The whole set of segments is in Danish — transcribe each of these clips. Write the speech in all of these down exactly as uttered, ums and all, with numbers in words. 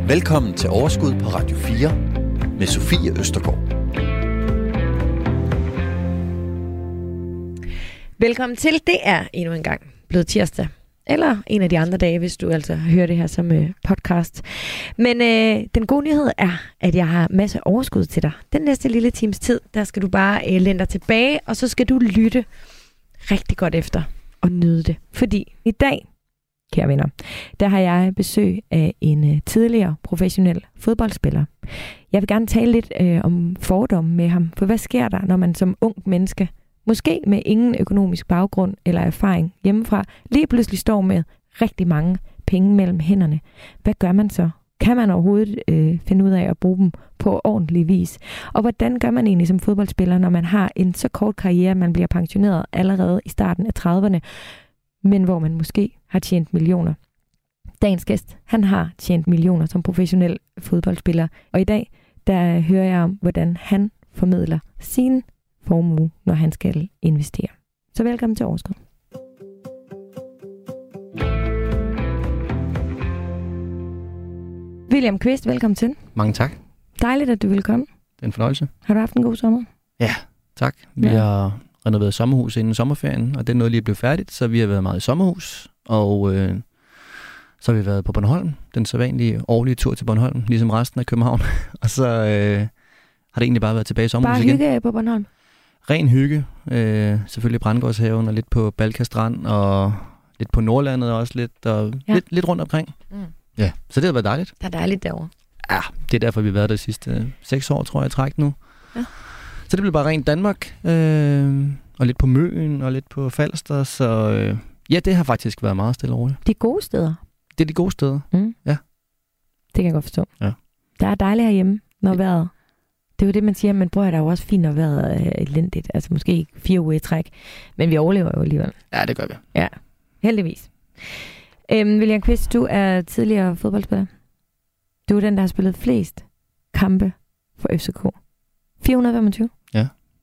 Velkommen til Overskud på Radio fire med Sofie Østergaard. Velkommen til. Det er endnu en gang blevet tirsdag. Eller en af de andre dage, hvis du altså hører det her som øh, podcast. Men øh, den gode nyhed er, at jeg har masser af overskud til dig. Den næste lille times tid, der skal du bare øh, læne dig tilbage, og så skal du lytte rigtig godt efter og nyde det. Fordi i dag, kære venner, der har jeg besøg af en øh, tidligere professionel fodboldspiller. Jeg vil gerne tale lidt øh, om fordomme med ham. For hvad sker der, når man som ung menneske, måske med ingen økonomisk baggrund eller erfaring hjemmefra, lige pludselig står med rigtig mange penge mellem hænderne? Hvad gør man så? Kan man overhovedet øh, finde ud af at bruge dem på ordentlig vis? Og hvordan gør man egentlig som fodboldspiller, når man har en så kort karriere, man bliver pensioneret allerede i starten af trediverne, men hvor man måske har tjent millioner? Dagens gæst, han har tjent millioner som professionel fodboldspiller, og i dag, der hører jeg om, hvordan han formidler sin formue, når han skal investere. Så velkommen til Overskud. William Kvist, velkommen til. Mange tak. Dejligt, at du vil komme. Det er en fornøjelse. Har du haft en god sommer? Ja, tak. Vi ja. har renoveret sommerhus inden sommerferien, og det er noget lige blevet færdigt, så vi har været meget i sommerhus, og øh, så har vi været på Bornholm, den sædvanlige årlige tur til Bornholm, ligesom resten af København. Og så øh, har det egentlig bare været tilbage i sommerhus igen. Bare hygge på Bornholm? Ren hygge. Øh, selvfølgelig Brandgårdshaven og lidt på Balka Strand og lidt på Nordlandet også lidt, og ja. lidt, lidt rundt omkring. Mm. Ja, så det har været dejligt. Det er dejligt derovre. Ja, det er derfor, vi har været der de sidste øh, seks år, tror jeg, træk nu. Ja. Så det blev bare rent Danmark, øh, og lidt på Møn og lidt på Falster, så øh, ja, det har faktisk været meget stille over. De gode steder? Det er de gode steder, mm. ja. Det kan jeg godt forstå. Ja. Der er dejligt herhjemme, når vejret... Det er jo det, man siger, men prøv at der er jo også fint at være øh, elendigt. Altså måske ikke fire uger i træk, men vi overlever jo alligevel. Ja, det gør vi. Ja, heldigvis. Øhm, William Kvist, du er tidligere fodboldspiller. Du er den, der har spillet flest kampe for F C K. fire hundrede og femogtyve? Ja.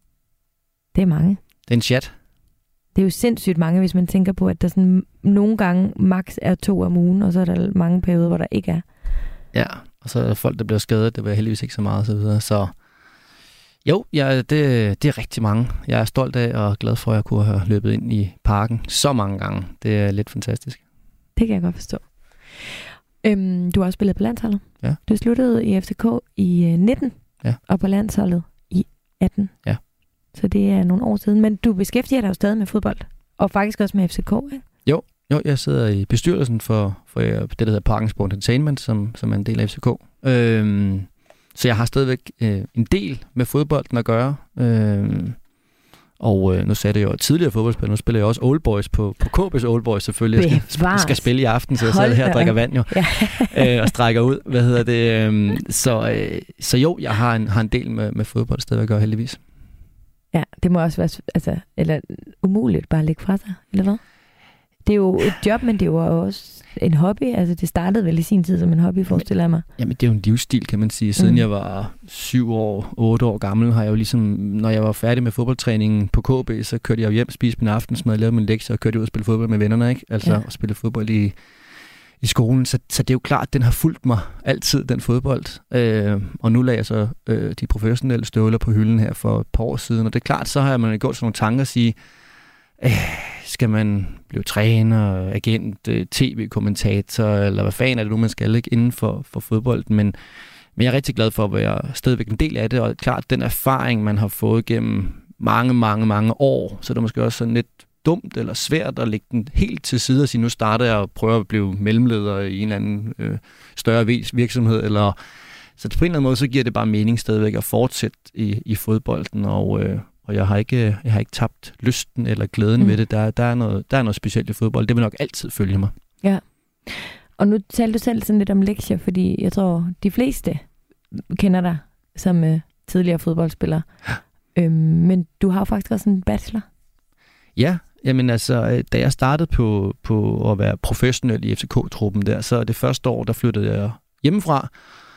Det er mange. Det er en chat. Det er jo sindssygt mange, hvis man tænker på, at der sådan nogle gange max er to om ugen, og så er der mange perioder, hvor der ikke er. Ja, og så er der folk, der bliver skadet. Det var heldigvis ikke så meget og så videre. Så jo, ja, det, det er rigtig mange. Jeg er stolt af og glad for, at jeg kunne have løbet ind i parken så mange gange. Det er lidt fantastisk. Det kan jeg godt forstå. Øhm, du har også spillet på landsholdet. Ja. Du sluttede i F C K i øh, nitten, ja. Og på landsholdet i atten. Ja. Så det er nogle år siden. Men du beskæftiger dig jo stadig med fodbold. Og faktisk også med F C K, ikke? Jo, jo jeg sidder i bestyrelsen for, for det, der hedder Parken Sport Entertainment, som, som er en del af F C K. Øhm, så jeg har stadigvæk øh, en del med fodbolden at gøre. Øhm, og øh, nu sagde jeg jo tidligere fodboldspiller, nu spiller jeg også Old Boys på, på K B's Old Boys selvfølgelig. Jeg skal, jeg skal spille i aften, så jeg sidder her og drikker vand jo, ja. øh, og strækker ud. Hvad hedder det? Øhm, så, øh, så jo, jeg har en, har en del med, med fodbold stadigvæk at gøre, heldigvis. Ja, det må også være altså, eller umuligt bare at lægge fra sig, eller hvad? Det er jo et job, men det er jo også en hobby. Altså, det startede vel i sin tid som en hobby, forestiller jeg mig. Jamen, det er jo en livsstil, kan man sige. Siden mm. jeg var syv år, otte år gammel, har jeg jo ligesom, når jeg var færdig med fodboldtræningen på K B, så kørte jeg jo hjem, spiste min aftensmad, lavede min lektier og kørte ud og spille fodbold med vennerne, ikke? Altså, ja. at spille fodbold i, i skolen. Så, så det er jo klart, at den har fulgt mig altid, den fodbold. Øh, og nu lagde jeg så øh, de professionelle støvler på hylden her for et par år siden. Og det er klart, så har man gjort sådan nogle tanker og sige, øh, skal man blive træner, agent, tv-kommentator, eller hvad fanden er det nu, man skal ikke inden for, for fodbolden. Men, men jeg er rigtig glad for at være stadigvæk en del af det, og klart, den erfaring, man har fået gennem mange, mange, mange år, så det er måske også sådan lidt dumt eller svært at lægge den helt til side og sige, nu starter jeg og prøver at blive mellemleder i en eller anden øh, større virksomhed, eller så på en eller anden måde, så giver det bare mening stadigvæk at fortsætte i, i fodbolden, og øh, Og jeg har ikke, jeg har ikke tabt lysten eller glæden mm. ved det. Der, der, er noget, der er noget specielt i fodbold. Det vil nok altid følge mig. Ja. Og nu talte du selv sådan lidt om lektier, fordi jeg tror, de fleste kender dig som uh, tidligere fodboldspiller. Ja. Øhm, men du har jo faktisk også en bachelor. Ja, jamen altså, da jeg startede på, på at være professionel i F C K-truppen der, så det første år, der flyttede jeg hjemmefra.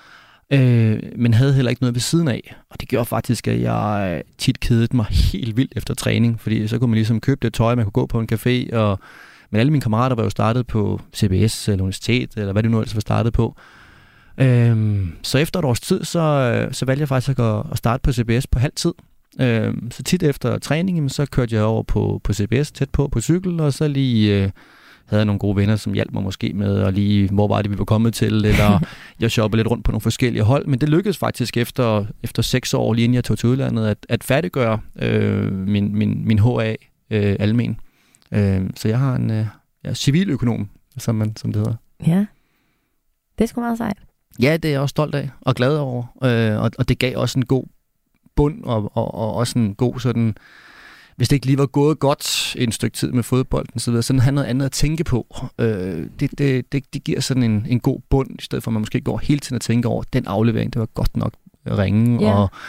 Øh, men havde heller ikke noget ved siden af. Og det gjorde faktisk, at jeg tit kedede mig helt vildt efter træning, fordi så kunne man ligesom købe det tøj, man kunne gå på en café, og men alle mine kammerater var jo startet på C B S eller universitet, eller hvad det nu ellers var startet på. Øhm, så efter et års tid, så, så valgte jeg faktisk at, gå, at starte på C B S på halv tid. Øhm, så tit efter træningen, så kørte jeg over på, på C B S tæt på på cykel, og så lige øh, havde jeg nogle gode venner, som hjalp mig måske med, og lige, hvor var det, vi var kommet til, eller jeg shoppede lidt rundt på nogle forskellige hold. Men det lykkedes faktisk efter, efter seks år, lige inden jeg tog til udlandet, at, at færdiggøre øh, min, min, min H A øh, almen. Øh, så jeg har en øh, ja, civiløkonom, som, man, som det hedder. Ja, det er sgu meget sejt. Ja, det er jeg også stolt af og glad over, øh, og, og det gav også en god bund, og, og, og også en god sådan, hvis det ikke lige var gået godt en stykke tid med fodbolden, så videre, sådan have noget andet at tænke på. Øh, det, det, det, det giver sådan en, en god bund, i stedet for at man måske går hele tiden og tænker over, den aflevering, det var godt nok ringe, yeah. og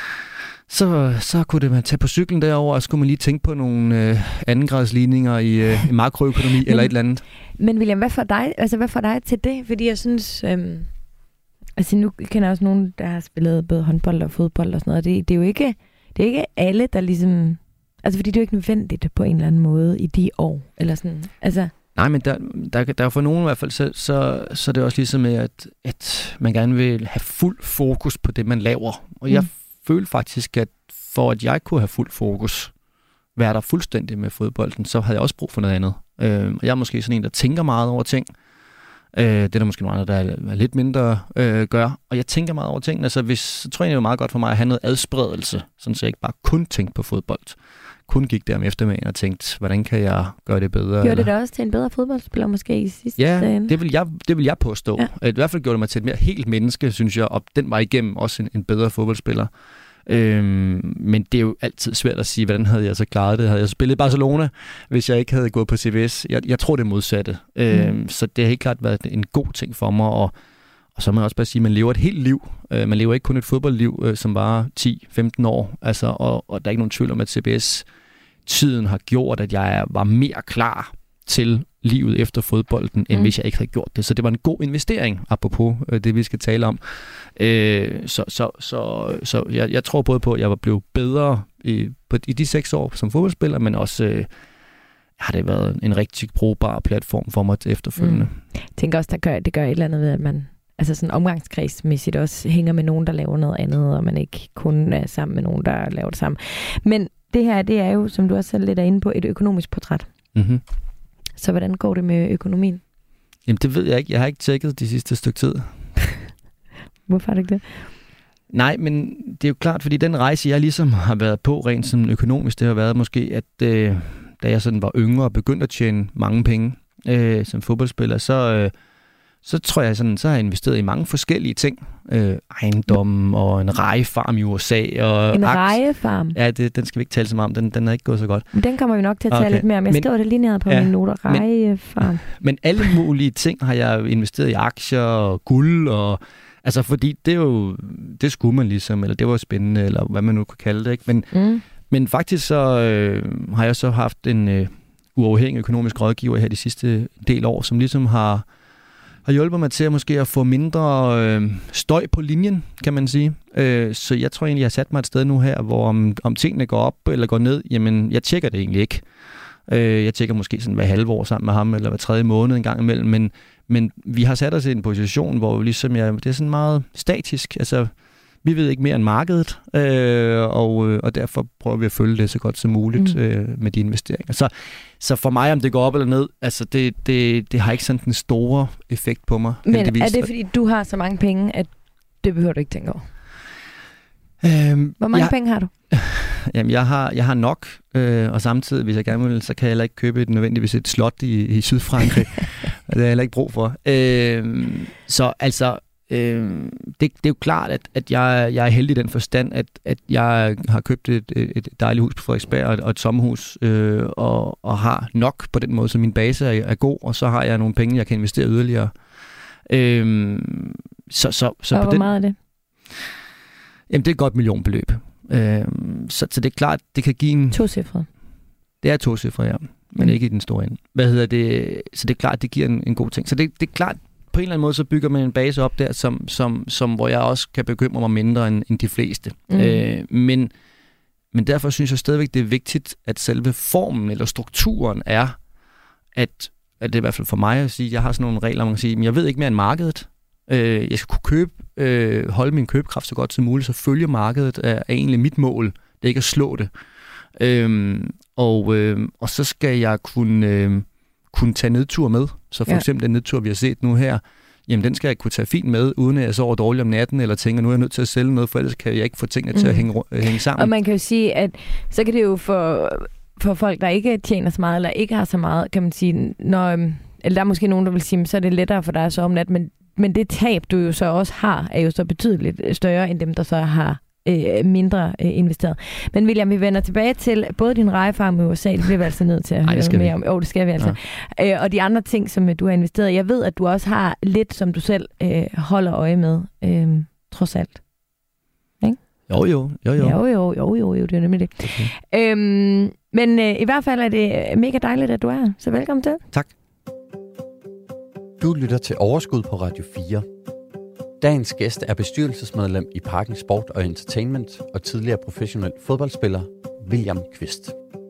så, så kunne det man tage på cyklen derover, og så kunne man lige tænke på nogle øh, andengradsligninger i, øh, i makroøkonomi eller et eller andet. Men William, hvad får dig, altså, hvad får dig til det? Fordi jeg synes, øhm, altså nu kender jeg også nogen, der har spillet både håndbold og fodbold og sådan noget, det, det er jo ikke, det er ikke alle, der ligesom, altså fordi det er jo ikke nødvendigt på en eller anden måde i de år, eller sådan, altså. Nej, men der, der, der for nogen i hvert fald, så, så, så er det også ligesom med, at, at man gerne vil have fuld fokus på det, man laver. Og mm. jeg følte faktisk, at for at jeg kunne have fuld fokus, være der fuldstændig med fodbolden, så havde jeg også brug for noget andet. Øh, og jeg er måske sådan en, der tænker meget over ting. Øh, det er der måske nogle andre, der er lidt mindre øh, gør. Og jeg tænker meget over tingene. Så, hvis, så tror jeg, det er meget godt for mig at have noget adspredelse, sådan så jeg ikke bare kun tænkte på fodbold. Kun gik der om eftermiddagen og tænkte, hvordan kan jeg gøre det bedre? Gjorde det da også til en bedre fodboldspiller måske i sidste Ja, dagen? det vil jeg, det vil jeg påstå. Ja. I hvert fald gjorde det mig til et mere helt menneske, synes jeg, og den var igennem også en, en bedre fodboldspiller. Øhm, men det er jo altid svært at sige, hvordan havde jeg så klaret det? Havde jeg spillet i Barcelona, hvis jeg ikke havde gået på C B S? Jeg, jeg tror, det er modsatte. Mm. Øhm, så det har helt klart været en god ting for mig, og, og så må jeg også bare sige, at man lever et helt liv. Øh, man lever ikke kun et fodboldliv, øh, som var ti femten år, altså, og, og der er ikke nogen tvivl om, at C B S-tiden har gjort, at jeg var mere klar til livet efter fodbolden, end mm. hvis jeg ikke havde gjort det. Så det var en god investering, apropos øh, det, vi skal tale om. Øh, så så, så, så jeg, jeg tror både på, at jeg var blevet bedre i, på, i de seks år som fodboldspiller, men også øh, har det været en rigtig brugbar platform for mig til efterfølgende. Mm. Jeg tænker også, der gør, det gør et eller andet ved, at man altså sådan omgangskredsmæssigt også hænger med nogen, der laver noget andet, og man ikke kun er sammen med nogen, der laver det samme. Men det her, det er jo, som du også selv lidt er inde på, et økonomisk portræt. Mm-hmm. Så hvordan går det med økonomien? Jamen, det ved jeg ikke. Jeg har ikke tjekket de sidste stykke tid. Hvorfor er det ikke det? Nej, men det er jo klart, fordi den rejse, jeg ligesom har været på rent sådan økonomisk, det har været måske, at øh, da jeg sådan var yngre og begyndte at tjene mange penge øh, som fodboldspiller, så, øh, så tror jeg sådan, så har jeg investeret i mange forskellige ting. Øh, ejendom og en rejefarm i U S A. Og en rejefarm? Ja, det, den skal vi ikke tale så meget om. Den, den er ikke gået så godt. Men den kommer vi nok til at tale okay. lidt mere om. Jeg men, skriver det lige ned på ja, mine noter. Rejefarm. Men, men alle mulige ting har jeg investeret i aktier og guld og altså, fordi det er jo, det skulle man ligesom, eller det var spændende, eller hvad man nu kan kalde det, ikke? Men, mm. men faktisk så øh, har jeg så haft en øh, uafhængig økonomisk rådgiver her de sidste del år, som ligesom har, har hjulpet mig til at måske at få mindre øh, støj på linjen, kan man sige. Øh, så jeg tror egentlig, jeg har sat mig et sted nu her, hvor om, om tingene går op eller går ned, jamen jeg tjekker det egentlig ikke. Øh, jeg tjekker måske sådan hver halve år sammen med ham, eller hver tredje måned en gang imellem, men Men vi har sat os i en position, hvor ligesom jeg, det er sådan meget statisk. Altså, vi ved ikke mere end markedet, øh, og, og derfor prøver vi at følge det så godt som muligt mm. øh, med de investeringer. Så, så for mig, om det går op eller ned, altså det, det, det har ikke sådan den store effekt på mig. Men heldigvis. Er det, fordi du har så mange penge, at det behøver du ikke tænke over? Øhm, Hvor mange jeg, penge har du? Jamen, jeg har, jeg har nok, øh, og samtidig, hvis jeg gerne vil, så kan jeg heller ikke købe et nødvendigvis et slot i, i Sydfrankrig. Og det har jeg heller ikke brug for. Øh, så altså, øh, det, det er jo klart, at, at jeg, jeg er heldig i den forstand, at, at jeg har købt et, et dejligt hus på Frederiksberg og, og et sommerhus, øh, og, og har nok på den måde, så min base er, er god, og så har jeg nogle penge, jeg kan investere yderligere. Øh, så, så, så og på hvor den, meget er det? Jamen, det er et godt millionbeløb. Øh, så, så det er klart, det kan give en... Tocifret? Det er tocifret, ja. Men mm. ikke i den store ende. Hvad hedder det? Så det er klart, det giver en, en god ting. Så det, det er klart, på en eller anden måde, så bygger man en base op der, som, som, som, hvor jeg også kan bekymre mig mindre end, end de fleste. Mm. Øh, men, men derfor synes jeg stadigvæk, det er vigtigt, at selve formen eller strukturen er, at, at det er i hvert fald for mig at sige, jeg har sådan nogle regler, man kan sige, men jeg ved ikke mere end markedet. Øh, jeg skal kunne købe, øh, holde min købekraft så godt som muligt, så følge markedet er, er egentlig mit mål. Det er ikke at slå det. Øh, og, øh, og så skal jeg kunne, øh, kunne tage nedtur med. Så for ja. eksempel den nedtur, vi har set nu her, jamen den skal jeg kunne tage fint med, uden at jeg sover dårligt om natten, eller tænker, nu er jeg nødt til at sælge noget, for ellers kan jeg ikke få tingene mm. til at hænge, hænge sammen. Og man kan jo sige, at så kan det jo for, for folk, der ikke tjener så meget, eller ikke har så meget, kan man sige, når, eller der er måske nogen, der vil sige, så er det lettere for dig at sove om natten, men, men det tab, du jo så også har, er jo så betydeligt større, end dem, der så har øh, mindre øh, investeret. Men William, vi vender tilbage til både din rejefarm i U S A, det bliver vi altså nødt til at høre mere om. Jo, det skal vi altså. Ja. Øh, og de andre ting, som du har investeret. Jeg ved, at du også har lidt, som du selv øh, holder øje med, øh, trods alt. Ikke? Jo, jo, jo, jo. Jo, jo, jo, jo, jo, det er nemlig det. Okay. Øhm, men øh, i hvert fald er det mega dejligt, at du er her. Så velkommen til. Tak. Du lytter til Overskud på Radio fire. Dagens gæst er bestyrelsesmedlem i Parken Sport og Entertainment og tidligere professionel fodboldspiller William Kvist.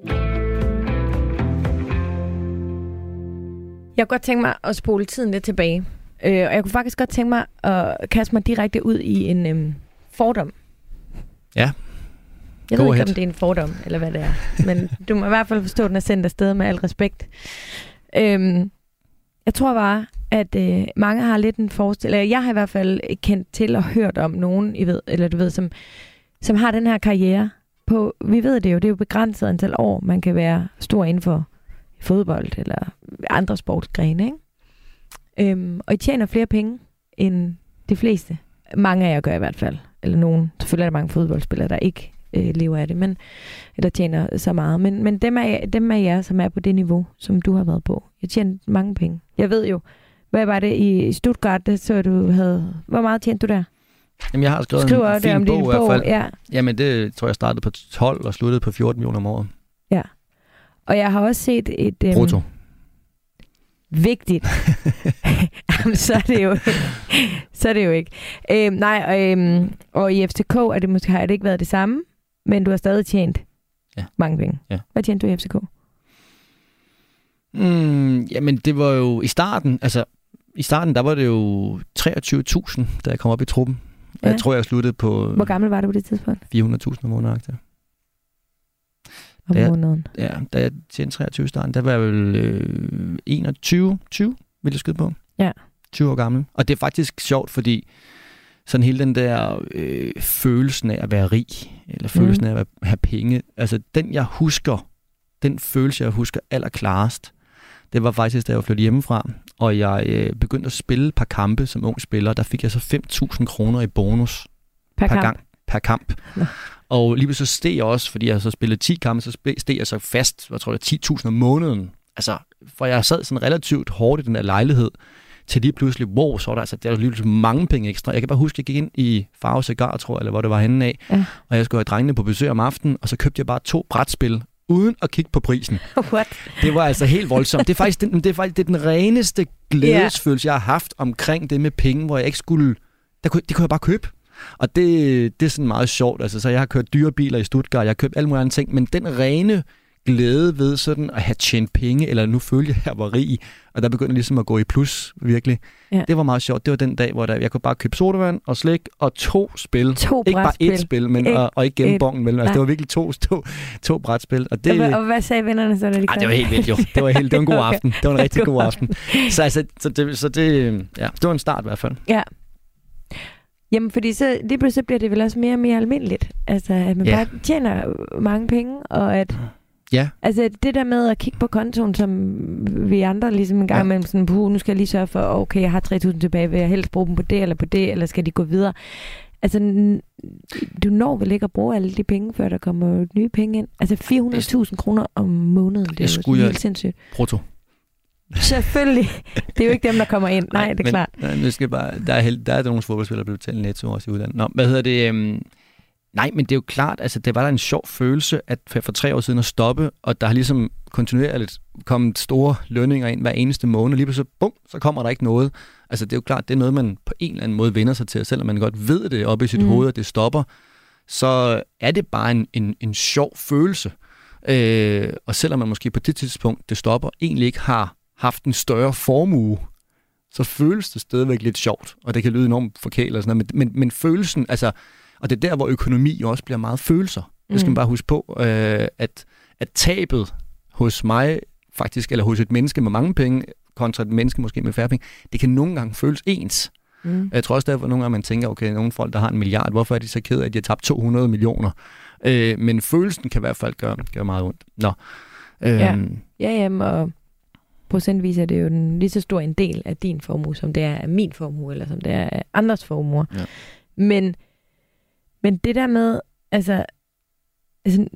Jeg kunne godt tænke mig at spole tiden lidt tilbage. Øh, og jeg kunne faktisk godt tænke mig at kaste mig direkte ud i en øhm, fordom. Ja. Jeg Go ved ikke, ahead. om det er en fordom, eller hvad det er. Men du må i hvert fald forstå, at den er sendt afsted med al respekt. Øhm, jeg tror bare, at øh, mange har lidt en forestilling, eller jeg har i hvert fald kendt til og hørt om nogen, I ved, eller du ved, som, som har den her karriere på, vi ved det jo, det er jo begrænset antal år, man kan være stor inden for fodbold eller andre sportsgrene, ikke? Øhm, og I tjener flere penge end de fleste. Mange af jer gør i hvert fald. Eller nogen. Selvfølgelig er der mange fodboldspillere, der ikke øh, lever af det, men, eller tjener så meget. Men, men dem, af, dem af jer, som er på det niveau, som du har været på, jeg tjener mange penge. Jeg ved jo, hvad var det i Stuttgart, det så du havde... Hvor meget tjente du der? Jamen, jeg har skrevet Skriver en fin om bog, din i hvert fald. bog, ja. Jamen, det tror jeg startede på tolv og sluttede på fjorten millioner om året. Ja. Og jeg har også set et... Øhm, Brutto. Vigtigt. Jamen, så er det jo så er det jo ikke. Øhm, nej, øhm, og i F C K er det måske, har det ikke været det samme, men du har stadig tjent ja. mange penge. Ja. Hvad tjente du i F C K? Mm, jamen, det var jo i starten, altså i starten, der var det jo treogtyve tusind, da jeg kom op i truppen. Ja. Jeg tror, jeg sluttede på... Hvor gammel var du på det tidspunkt? fire hundrede tusind om måneden. Om da måneden? Jeg, ja, da jeg tjente treogtyve i starten, der var jeg vel øh, enogtyve, tyve, ville jeg skyde på. Ja. tyve år gammel. Og det er faktisk sjovt, fordi sådan hele den der øh, følelsen af at være rig, eller følelsen mm. af at have penge, altså den jeg husker, den følelse jeg husker allerklarest, det var faktisk, da jeg flyttede hjemmefra, og jeg øh, begyndte at spille et par kampe som ung spiller, der fik jeg så fem tusind kroner i bonus per, per kamp. gang, per kamp. Nå. Og lige så steg jeg også, fordi jeg så spillede ti kampe, så steg jeg så fast, jeg tror det er ti tusind om måneden. Altså, for jeg sad sådan relativt hårdt i den der lejlighed, til lige pludselig, wow, så var der altså, der var lige mange penge ekstra. Jeg kan bare huske, at jeg gik ind i Farve Cigar, tror jeg, eller hvor det var henne af, ja. Og jeg skulle have drengene på besøg om aftenen, og så købte jeg bare to brætspil, uden at kigge på prisen. What? Det var altså helt voldsomt. Det er faktisk den, det er faktisk det er den reneste glædesfølelse, jeg har haft omkring det med penge, hvor jeg ikke skulle... Der kunne, det kunne jeg bare købe. Og det, det er sådan meget sjovt. Altså, så jeg har kørt dyre biler i Stuttgart, jeg har købt alle mulige andre ting, men den rene glæde ved sådan at have tjent penge, eller nu følte jeg, at jeg var rig, og der begyndte ligesom at gå i plus, virkelig. Ja. Det var meget sjovt. Det var den dag, hvor der, jeg kunne bare købe sodavand og slik og to spil. To ikke bare ét spil, men og, og ikke gemme bongen mellem. Altså, det var virkelig to, to, to brætspil. Og, det, og, og hvad sagde vennerne så, da de kom? Det var helt vildt jo. Det var, helt, det var en god okay. aften. Det var en rigtig god aften. Så, altså, så, det, så det, ja, det var en start i hvert fald. Ja. Jamen, fordi så lige pludselig bliver det vel også mere og mere almindeligt. Altså, at man ja. bare tjener mange penge, og at... Ja. Altså, det der med at kigge på kontoen, som vi andre ligesom en gang ja. Mellem sådan, puh, nu skal jeg lige sørge for, okay, jeg har tre tusind tilbage, vil jeg helst bruge dem på det, eller på det, eller skal de gå videre? Altså, du når vel ikke at bruge alle de penge, før der kommer nye penge ind? Altså, fire hundrede tusind kroner om måneden, det er jo helt sindssygt. Brutto. Selvfølgelig. Det er jo ikke dem, der kommer ind. Nej, det er men, klart. Nej, nu skal bare, der, er held, der er nogle fodboldspillere, der bliver betalt netto også i udlandet. Nå, hvad hedder det? Um, nej, men det er jo klart, altså det var der en sjov følelse, at for tre år siden at stoppe, og der har ligesom kontinuerligt kommet store lønninger ind hver eneste måned. Lige pludselig, bum, så kommer der ikke noget. Altså det er jo klart, det er noget, man på en eller anden måde vender sig til, selvom man godt ved det oppe i sit mm. hoved, at det stopper. Så er det bare en, en, en sjov følelse. Øh, og selvom man måske på det tidspunkt, det stopper, egentlig ikke har haft en større formue, så føles det stadigvæk lidt sjovt, og det kan lyde enormt forkælet og sådan noget, men, men, men følelsen, altså, og det er der, hvor økonomi jo også bliver meget følelser. Det skal man bare huske på, øh, at, at tabet hos mig faktisk, eller hos et menneske med mange penge, kontra et menneske måske med færre penge, det kan nogle gange føles ens. Mm. Jeg tror også derfor, nogle gange man tænker, okay, nogle folk, der har en milliard, hvorfor er de så ked af, at de har tabt to hundrede millioner? Øh, men følelsen kan i hvert fald gøre, gøre meget ondt. Nå. Øh, ja, ja jamen, og procentvis er det jo en lige så stor en del af din formue, som det er af min formue, eller som det er af andres formue. Ja. Men, men det der med, altså, altså,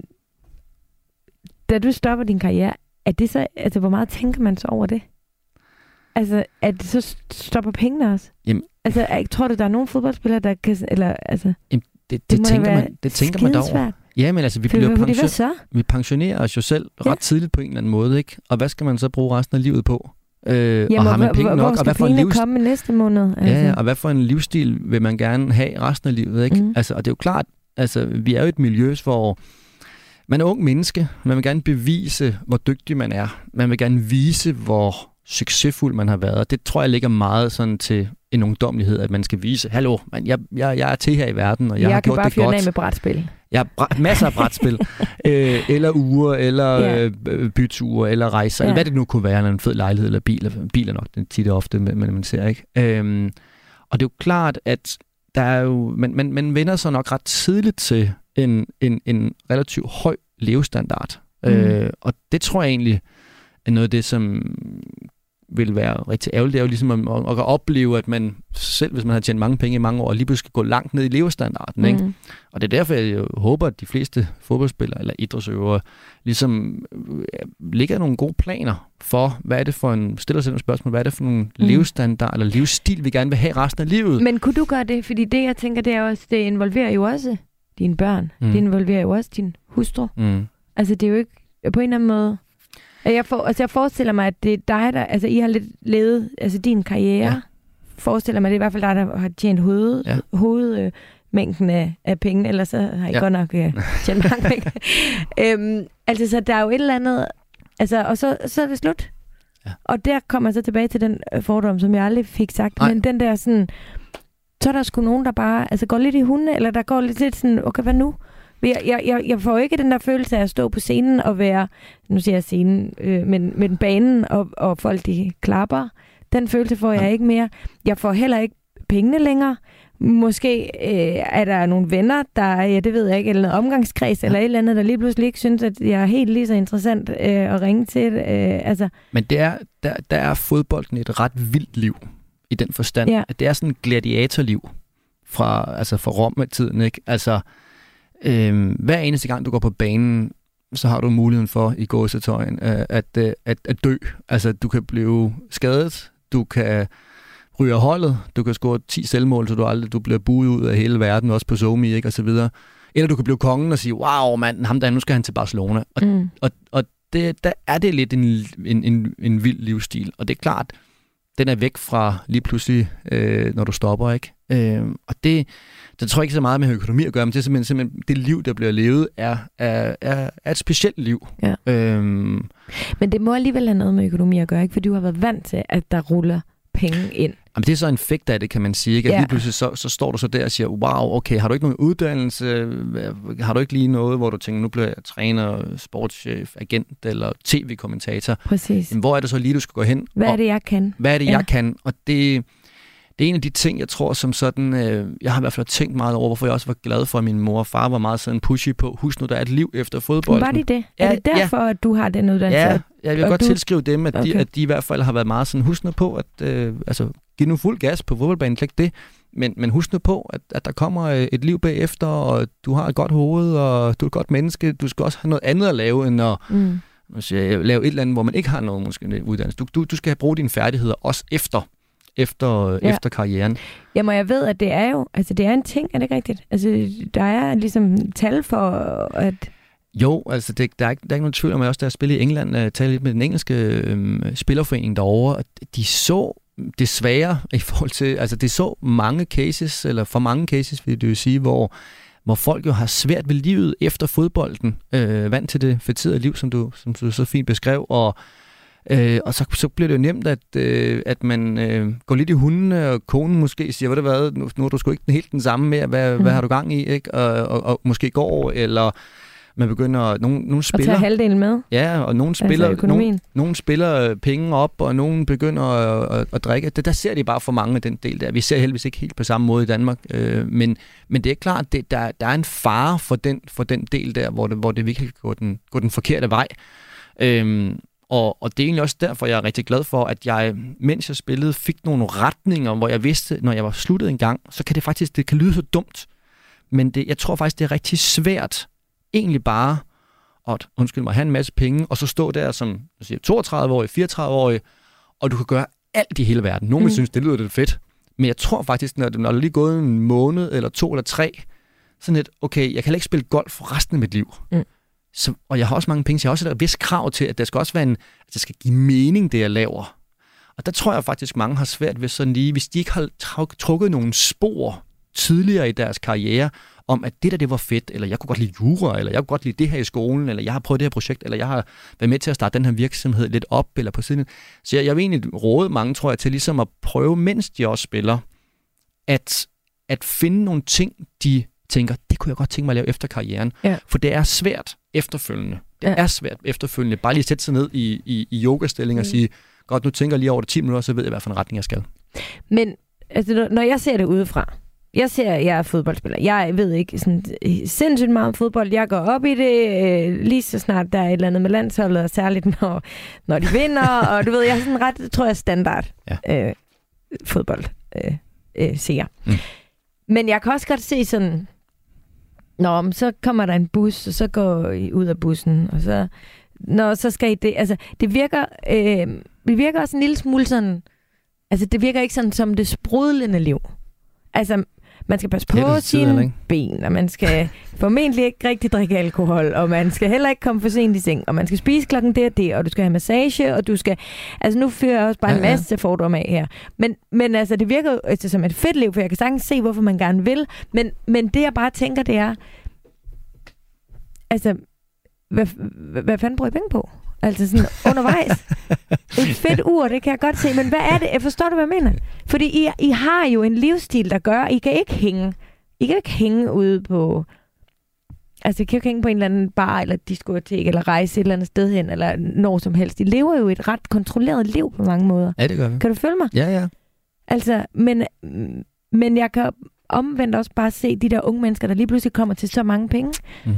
da du stopper din karriere, er det så, altså, hvor meget tænker man så over det? Altså, at det så stopper pengene også? Jamen, altså, jeg tror du, der er nogle fodboldspillere, der kan, eller, altså, jamen, det, det, det tænker man, det tænker man derover. Ja, men altså, vi, bliver pension, vi pensionerer os jo selv ret ja. tidligt på en eller anden måde, ikke? Og hvad skal man så bruge resten af livet på? Øh, Jamen, og har man hvor, penge hvor, nok? hvor skal og hvad for pengene en livs... komme næste måned? Altså? Ja, og hvad for en livsstil vil man gerne have resten af livet, ikke? Mm. Altså, og det er jo klart, altså, vi er jo et miljø, hvor man er ung menneske. Man vil gerne bevise, hvor dygtig man er. Man vil gerne vise, hvor succesfuld man har været. Det tror jeg ligger meget sådan til en ungdommelighed, at man skal vise, hallo, man, jeg, jeg, jeg er til her i verden, og jeg, jeg har gjort det godt. Jeg kan bare fyre af med brætspil. Jeg har br- masser af brætspil. øh, eller uger, eller ja. øh, byture, eller rejser, ja. eller hvad det nu kunne være, eller en fed lejlighed, eller bil. Bil er nok det tit og ofte, men man ser ikke. Øhm, og det er jo klart, at der er jo, man, man, man vender sig nok ret tidligt til en, en, en relativt høj levestandard. Mm. Øh, og det tror jeg egentlig er noget af det, som vil være rigtig ærgerligt. Det er jo ligesom at, at, at opleve, at man selv, hvis man har tjent mange penge i mange år, lige pludselig skal gå langt ned i levestandarden. Mm. Ikke? Og det er derfor, jeg håber, at de fleste fodboldspillere eller idrætsøvere ligesom ligger nogle gode planer for, hvad er det for en, stiller sig nogle spørgsmål, hvad er det for nogle mm. levestandard eller livsstil, vi gerne vil have resten af livet. Men kunne du gøre det? Fordi det, jeg tænker, det er også, det involverer jo også dine børn. Mm. Det involverer jo også din hustru. Mm. Altså, det er jo ikke på en eller anden måde. Jeg, for, altså jeg forestiller mig, at det er dig, der... Altså, I har lidt levet altså, din karriere. Ja. Forestiller mig, det er i hvert fald dig, der har tjent hoved, ja. hovedmængden øh, af, af penge, ellers så har I ja. godt nok øh, tjent mange penge. øhm, altså, så der er jo et eller andet... Altså, og så, så er det slut. Ja. Og der kommer jeg så tilbage til den fordom, som jeg aldrig fik sagt. Nej. Men den der sådan... Så er der sgu nogen, der bare altså, går lidt i hunde, eller der går lidt, lidt sådan, okay, hvad nu? Jeg, jeg, jeg får ikke den der følelse af at stå på scenen og være, nu siger jeg scenen, øh, men, men banen og, og folk de klapper. Den følelse får jeg ikke mere. Jeg får heller ikke pengene længere. Måske øh, er der nogle venner, der, ja, det ved jeg ikke, eller noget omgangskreds, ja. eller et eller andet, der lige pludselig ikke synes, at jeg er helt lige så interessant øh, at ringe til. Øh, altså. Men det er, der, der er fodbolden et ret vildt liv i den forstand, ja. at det er sådan et gladiatorliv fra, altså fra Rom-tiden, ikke? Altså, Øhm, hver eneste gang, du går på banen, så har du muligheden for i gåsetøjen øh, at, øh, at, at dø. Altså, du kan blive skadet, du kan ryge af holdet, du kan score ti selvmål, så du aldrig du bliver buet ud af hele verden, også på SoMe, ikke, og så videre. Eller du kan blive kongen og sige, wow, mand, ham der, nu skal han til Barcelona. Og, mm. og, og det, der er det lidt en, en, en, en vild livsstil. Og det er klart, den er væk fra lige pludselig, øh, når du stopper, ikke? Øh, og det, det tror jeg ikke så meget med økonomi at gøre, men det er simpelthen, simpelthen det liv, der bliver levet, er, er, er, er et specielt liv. Ja. Øhm. Men det må alligevel have noget med økonomi at gøre, ikke? For du har været vant til, at der ruller penge ind. Jamen, det er så en effekt af det, kan man sige. Ikke? At ja. lige pludselig så, så står du så der og siger, wow, okay, har du ikke nogen uddannelse? Har du ikke lige noget, hvor du tænker, nu bliver jeg træner, sportschef, agent eller tv-kommentator? Præcis. Jamen, hvor er det så lige, du skal gå hen? Hvad er det, jeg kan? Hvad er det, ja. jeg kan? Og det... Det er en af de ting, jeg tror, som sådan, øh, jeg har i hvert fald tænkt meget over, hvorfor jeg også var glad for, at min mor og far var meget sådan pushy på, husk nu, der er et liv efter fodbolden. Var de det? Ja, er det derfor, ja. at du har den uddannelse? Ja, jeg vil godt du... tilskrive dem, at, okay. de, at de i hvert fald har været meget sådan, husk nu på, at øh, altså, giv nu fuld gas på fodboldbanen, klik det, men, men husk nu på, at, at der kommer et liv bagefter, og du har et godt hoved, og du er et godt menneske, du skal også have noget andet at lave, end at mm. sige, lave et eller andet, hvor man ikke har noget måske, uddannelse. Du, du, du skal bruge dine færdigheder også efter Efter, ja. efter karrieren. Jamen, jeg ved, at det er jo, altså det er en ting, er det ikke rigtigt? Altså, der er ligesom tal for, at... Jo, altså det, der, er ikke, der er ikke nogen tvivl om, at jeg også der spillede i England, uh, talte lidt med den engelske øhm, spillerforening derovre, og de så desværre i forhold til, altså det så mange cases, eller for mange cases, vil det jo sige, hvor, hvor folk jo har svært ved livet efter fodbolden, øh, vant til det fætterede liv, som du, som du så fint beskrev, og Øh, og så, så bliver det jo nemt, at, øh, at man øh, går lidt i hundene, og konen måske siger, hvad det hvad, nu, nu er du sgu ikke helt den samme med, hvad, mm. hvad har du gang i, ikke? Og, og, og måske går, eller man begynder, nogen, nogen spiller... Og tage halvdelen med? Ja, og nogen spiller, altså nogen, nogen spiller penge op, og nogen begynder at, at, at drikke. Det, der ser de bare for mange af den del der. Vi ser heldigvis ikke helt på samme måde i Danmark, øh, men, men det er klart, det, der, der er en fare for den, for den del der, hvor det, hvor det virkelig går den, går den forkerte vej. Øh, Og, og det er egentlig også derfor, jeg er rigtig glad for, at jeg, mens jeg spillede, fik nogle retninger, hvor jeg vidste, når jeg var sluttet en gang, så kan det faktisk, det kan lyde så dumt, men det, jeg tror faktisk, det er rigtig svært, egentlig bare at, undskyld mig, have en masse penge, og så stå der som toogtredive-årig, fireogtredive-årig, og du kan gøre alt i hele verden. Nogle mm. synes, det lyder lidt fedt, men jeg tror faktisk, når, når der er lige gået en måned, eller to eller tre, sådan lidt, okay, jeg kan ikke spille golf for resten af mit liv. Mm. Så, og jeg har også mange penge, så jeg har også et vis krav til, at der skal også være en, at det skal give mening, det jeg laver. Og der tror jeg faktisk, mange har svært ved sådan lige, hvis de ikke har trukket nogle spor tidligere i deres karriere, om at det der, det var fedt, eller jeg kunne godt lide jura, eller jeg kunne godt lide det her i skolen, eller jeg har prøvet det her projekt, eller jeg har været med til at starte den her virksomhed lidt op, eller på siden. Så jeg, jeg vil egentlig råde mange, tror jeg, til ligesom at prøve, mens de også spiller, at, at finde nogle ting, de tænker, det kunne jeg godt tænke mig at lave efter karrieren. Ja. For det er svært efterfølgende. Det ja. er svært efterfølgende. Bare lige sætte sig ned i, i, i yogastilling mm. og sige, godt, nu tænker jeg lige over det ti minutter, så ved jeg, hvad for en retning jeg skal. Men altså, når jeg ser det udefra, jeg ser, at jeg er fodboldspiller. Jeg ved ikke sådan, sindssygt meget om fodbold. Jeg går op i det øh, lige så snart der er et eller andet med landsholdet, og særligt når, når de vinder. Og du ved, jeg er sådan ret, tror jeg, standard ja. øh, fodbold øh, øh, ser. Mm. Men jeg kan også godt se sådan, nå, så kommer der en bus, og så går I ud af bussen, og så, nå, så skal I det. Altså, det virker, øh, det virker også en lille smule sådan, altså, det virker ikke sådan som det sprudlende liv. Altså, man skal passe på ja, sine tid, ben, og man skal formentlig ikke rigtig drikke alkohol, og man skal heller ikke komme for sent i seng, og man skal spise klokken det og det, og du skal have massage, og du skal... Altså, nu fører jeg også bare ja, en masse ja. fordomme af her. Men, men altså, det virker jo altså, som et fedt liv, for jeg kan sagtens se, hvorfor man gerne vil. Men, men det, jeg bare tænker, det er... Altså, hvad, hvad, hvad fanden bruger I penge på? Altså sådan undervejs. Et fedt ur, det kan jeg godt se. Men hvad er det? Forstår du, hvad jeg mener? Fordi I, I har jo en livsstil, der gør, I kan ikke hænge. I kan ikke hænge ude på... Altså, I kan ikke hænge på en eller anden bar, eller diskotek, eller rejse et eller andet sted hen, eller når som helst. I lever jo et ret kontrolleret liv på mange måder. Ja, det gør vi. Kan du følge mig? Ja, ja. Altså, men, men jeg kan omvendt også bare se de der unge mennesker, der lige pludselig kommer til så mange penge, mm.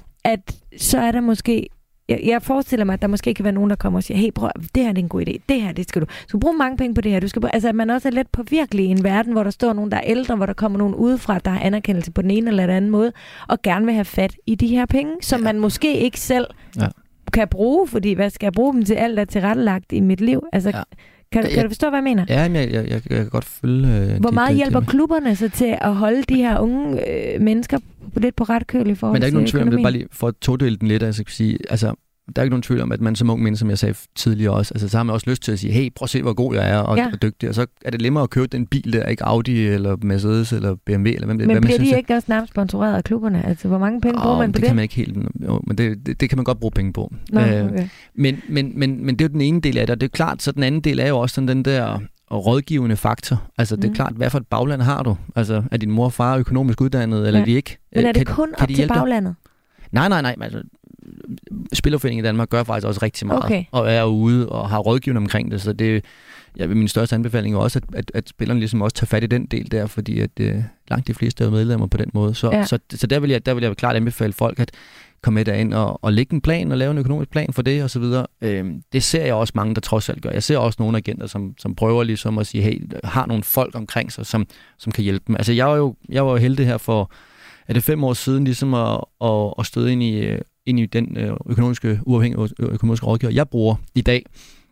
at så er der måske... Jeg, jeg forestiller mig, at der måske kan være nogen, der kommer og siger, hey bror, det her det er en god idé, det her, det skal du. Du skal bruge mange penge på det her. Du skal bruge, altså, at man også er lidt påvirkelig i en verden, hvor der står nogen, der er ældre, hvor der kommer nogen udefra, der har anerkendelse på den ene eller den anden måde, og gerne vil have fat i de her penge, som ja. man måske ikke selv ja. kan bruge, fordi hvad skal jeg bruge dem til? Alt er tilrettelagt i mit liv. Altså, ja. Kan, kan jeg, du forstå, hvad jeg mener? Ja, jeg, jeg, jeg, jeg kan godt følge... Øh, Hvor meget det, hjælper det, klubberne så til at holde de her unge øh, mennesker lidt på ret køl i forhold til Men der er ikke nogen tvivl om det, bare lige for at todele den lidt, altså, sige, altså der er ikke nogen tvivl om, at man som ung menneske, som jeg sagde tidligere også, altså så har man også lyst til at sige, hey, prøv at se, hvor god jeg er og, ja. og dygtig, og så er det nemmere at købe den bil der, ikke Audi eller Mercedes eller B M W eller hvem det er. Men bliver de ikke også nærmest sponsoreret af klubberne? Altså, hvor mange penge oh, bruger man på det? Det kan man ikke helt, jo, men det, det, det kan man godt bruge penge på. Nå, okay. men, men, men, men det er jo den ene del af det, og det er klart, så den anden del er jo også sådan den der rådgivende faktor. Altså, det er mm. klart, hvad for et bagland har du? Altså, er din mor og far økonomisk uddannet, eller ja. er de ikke? Men er det kan, kun kan op til baglandet? Nej, nej, nej. Altså, Spillerforeningen i Danmark gør faktisk også rigtig meget, okay. og er ude og har rådgivende omkring det, så det ja, min største anbefaling er også, at, at, at spillerne ligesom også tager fat i den del der, fordi at øh, langt de fleste er medlemmer på den måde. Så, ja. så, så der, vil jeg, der vil jeg klart anbefale folk at komme med derind og, og lægge en plan og lave en økonomisk plan for det og så videre. Øhm, det ser jeg også mange, der trods alt gør. Jeg ser også nogle agenter, som, som prøver ligesom at sige, hey, har nogle folk omkring sig, som, som kan hjælpe dem. Altså jeg var jo, jeg var jo heldig her for, er det fem år siden, ligesom at, at, at støde ind i ind i den økonomiske uafhængige økonomiske rådgiver, jeg bruger i dag,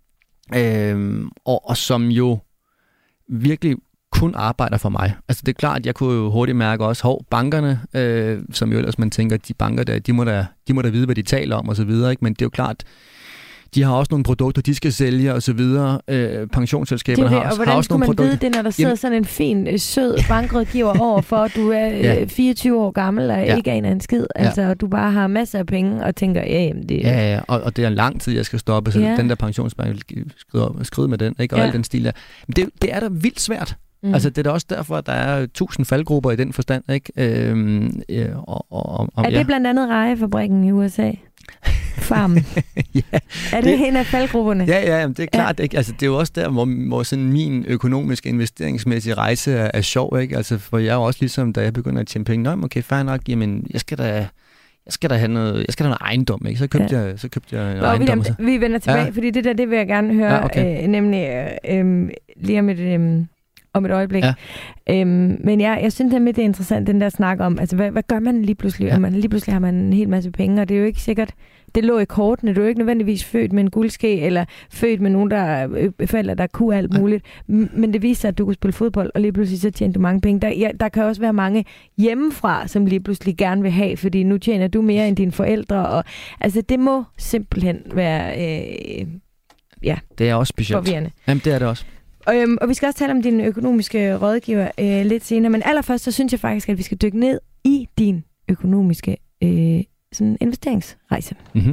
øhm, og, og som jo virkelig kun arbejder for mig. Altså det er klart, at jeg kunne jo hurtigt mærke også, hov, bankerne, øh, som jo ellers man tænker, de banker der, de må da, de må da vide, hvad de taler om og så videre, ikke? Men det er jo klart, de har også nogle produkter, de skal sælge og så videre. Øh, pensionsselskaberne det har, og også, har også nogle produkter. Hvordan kunne man vide det, når der sidder Jamen, sådan en fin, sød bankrådgiver over for, at du er ja. fireogtyve år gammel og ja. ikke aner en skid, altså, ja. og du bare har masser af penge og tænker, ja, jamen det... Ja, ja, og, og det er en lang tid, jeg skal stoppe, så ja. den der pensionsbank vil skride, skride med den, ikke? Og ja. al den stil der. Men det, det er da vildt svært. Mm. Altså, det er da også derfor, at der er tusind faldgrupper i den forstand, ikke? Øhm, ja, og, og, og, er det ja. blandt andet Rejefabrikken i U S A? Farmen. ja, er det, det en af faldgrupperne? Ja, ja, det er klart. Ja. Ikke? Altså, det er jo også der, hvor, hvor sådan min økonomiske investeringsmæssige rejse er, er sjov, ikke? Altså, for jeg er jo også ligesom, da jeg begynder at tjene penge, nå, okay, fair nok, jamen, jeg skal da... Jeg skal da have noget, jeg skal da have noget ejendom, ikke? Så købte ja. jeg, så købte jeg noget ejendom. William, vi vender tilbage, ja. fordi det der, det vil jeg gerne høre, ja, okay. øh, nemlig øh, øh, lige om et, øh, om et øjeblik. Ja. Øhm, men jeg, jeg synes, det er interessant, den der snak om, altså hvad, hvad gør man lige pludselig? Ja. Man, lige pludselig har man en hel masse penge, og det er jo ikke sikkert, det lå i kortene. Du er jo ikke nødvendigvis født med en guldske, eller født med nogen, der øh, forældre, der kunne alt muligt. Men det viser, at du kunne spille fodbold, og lige pludselig så tjente du mange penge. Der, ja, der kan også være mange hjemmefra, som lige pludselig gerne vil have, fordi nu tjener du mere end dine forældre. Og, altså det må simpelthen være øh, ja, det er også specielt. Forvirrende. Jamen det er det også. Og, øhm, og vi skal også tale om din økonomiske rådgiver øh, lidt senere, men allerførst så synes jeg faktisk, at vi skal dykke ned i din økonomiske øh, sådan investeringsrejse. Mm-hmm.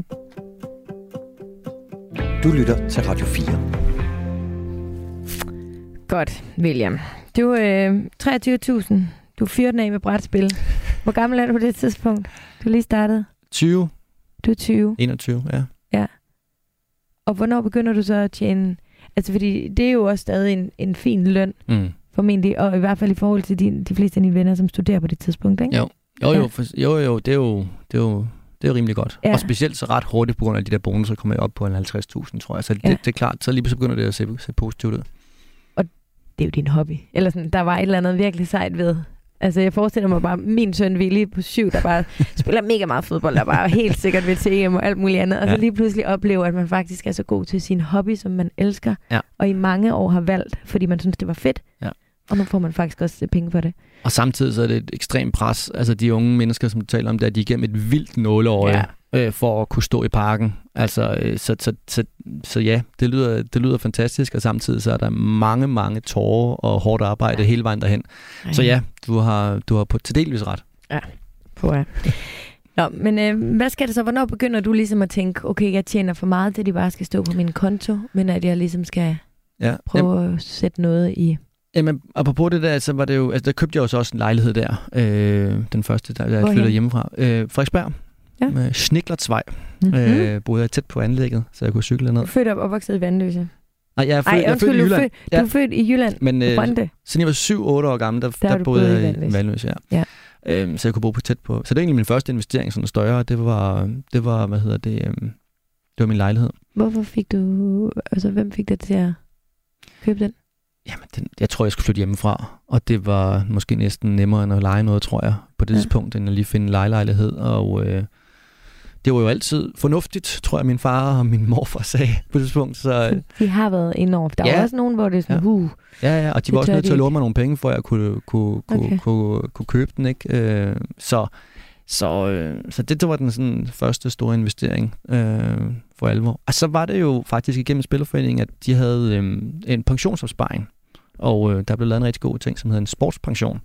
Du lytter til Radio fire. Godt, William. Du er øh, treogtyve tusind. Du fyrer den af med brætspil. Hvor gammel er du på det tidspunkt? Du lige startede? tyve. Du er tyve? enogtyve, ja. Ja. Og hvornår begynder du så at tjene... Altså, fordi det er jo også stadig en, en fin løn, mm. formentlig, og i hvert fald i forhold til de, de fleste af dine venner, som studerer på det tidspunkt, ikke? Jo, jo, jo, for, jo, jo det er jo, det er jo, det er jo rimelig godt. Ja. Og specielt så ret hurtigt på grund af de der bonusser, kommer jeg op på en halvtreds tusind, tror jeg. Så det, ja. det, det er klart, så lige pludselig begynder det at se, se positivt ud. Og det er jo din hobby. Eller sådan, der var et eller andet virkelig sejt ved... Altså, jeg forestiller mig bare, min søn Willy på syv, der bare spiller mega meget fodbold, der bare helt sikkert vil til E M og alt muligt andet. Og ja. så lige pludselig oplever, at man faktisk er så god til sin hobby, som man elsker, ja. og i mange år har valgt, fordi man synes, det var fedt. Ja. Og nu får man faktisk også penge for det. Og samtidig så er det et ekstremt pres. Altså, de unge mennesker, som du taler om, der, de er igennem et vildt nåleøje ja. øh, for at kunne stå i parken. Altså, øh, så, så, så, så ja, det lyder, det lyder fantastisk, og samtidig så er der mange, mange tårer og hårdt arbejde ja. hele vejen derhen. Ej. Så ja, du har, du har på til delvis ret. Ja, på ja. Nå, men øh, hvad skal det så? Hvornår begynder du ligesom at tænke, okay, jeg tjener for meget til, at de bare skal stå på min konto, men at jeg ligesom skal ja. prøve Jamen. at sætte noget i... Jamen, apropos det der, så var det jo... Altså, der købte jeg jo så også en lejlighed der. Øh, den første, der jeg flyttede hjemmefra. Øh, Frederiksberg. Ja. Med Sniglertsvej. Mm-hmm. Øh, boede jeg tæt på anlægget, så jeg kunne cykle ned. Du er født op og vokset i Vandløse? Nej, jeg er født, Ej, jeg er født i Jylland. Født, du er født i Jylland, Men, øh, Brøndby? Siden jeg var syv otte år gammel, der, der, der boede jeg i Vandløse, ja. ja. Øh, så jeg kunne bo på tæt på. Så det er egentlig min første investering, sådan større. Det var, det var hvad hedder det, øh, det var min lejlighed. Hvorfor fik du... Altså, hvem fik dig til at købe den? Jamen, den, jeg tror, jeg skulle flytte hjemmefra, og det var måske næsten nemmere end at lege noget, tror jeg, på det ja. tidspunkt, end at lige finde en lejelejlighed, og øh, det var jo altid fornuftigt, tror jeg, min far og min morfar sagde på det tidspunkt. Så, de har været indover. Der ja. var også nogen, hvor det er sådan, ja. uh. Ja, ja, og de var også nødt til at låne mig nogle penge, for at jeg kunne, kunne, okay. kunne, kunne, kunne købe den, ikke? Øh, så så, øh, så det, det var den sådan, første store investering øh, for alvor. Og så var det jo faktisk igennem Spillerforeningen, at de havde øh, en pensionsopsparing. Og øh, der blev lavet en rigtig god ting, som hedder en sportspension.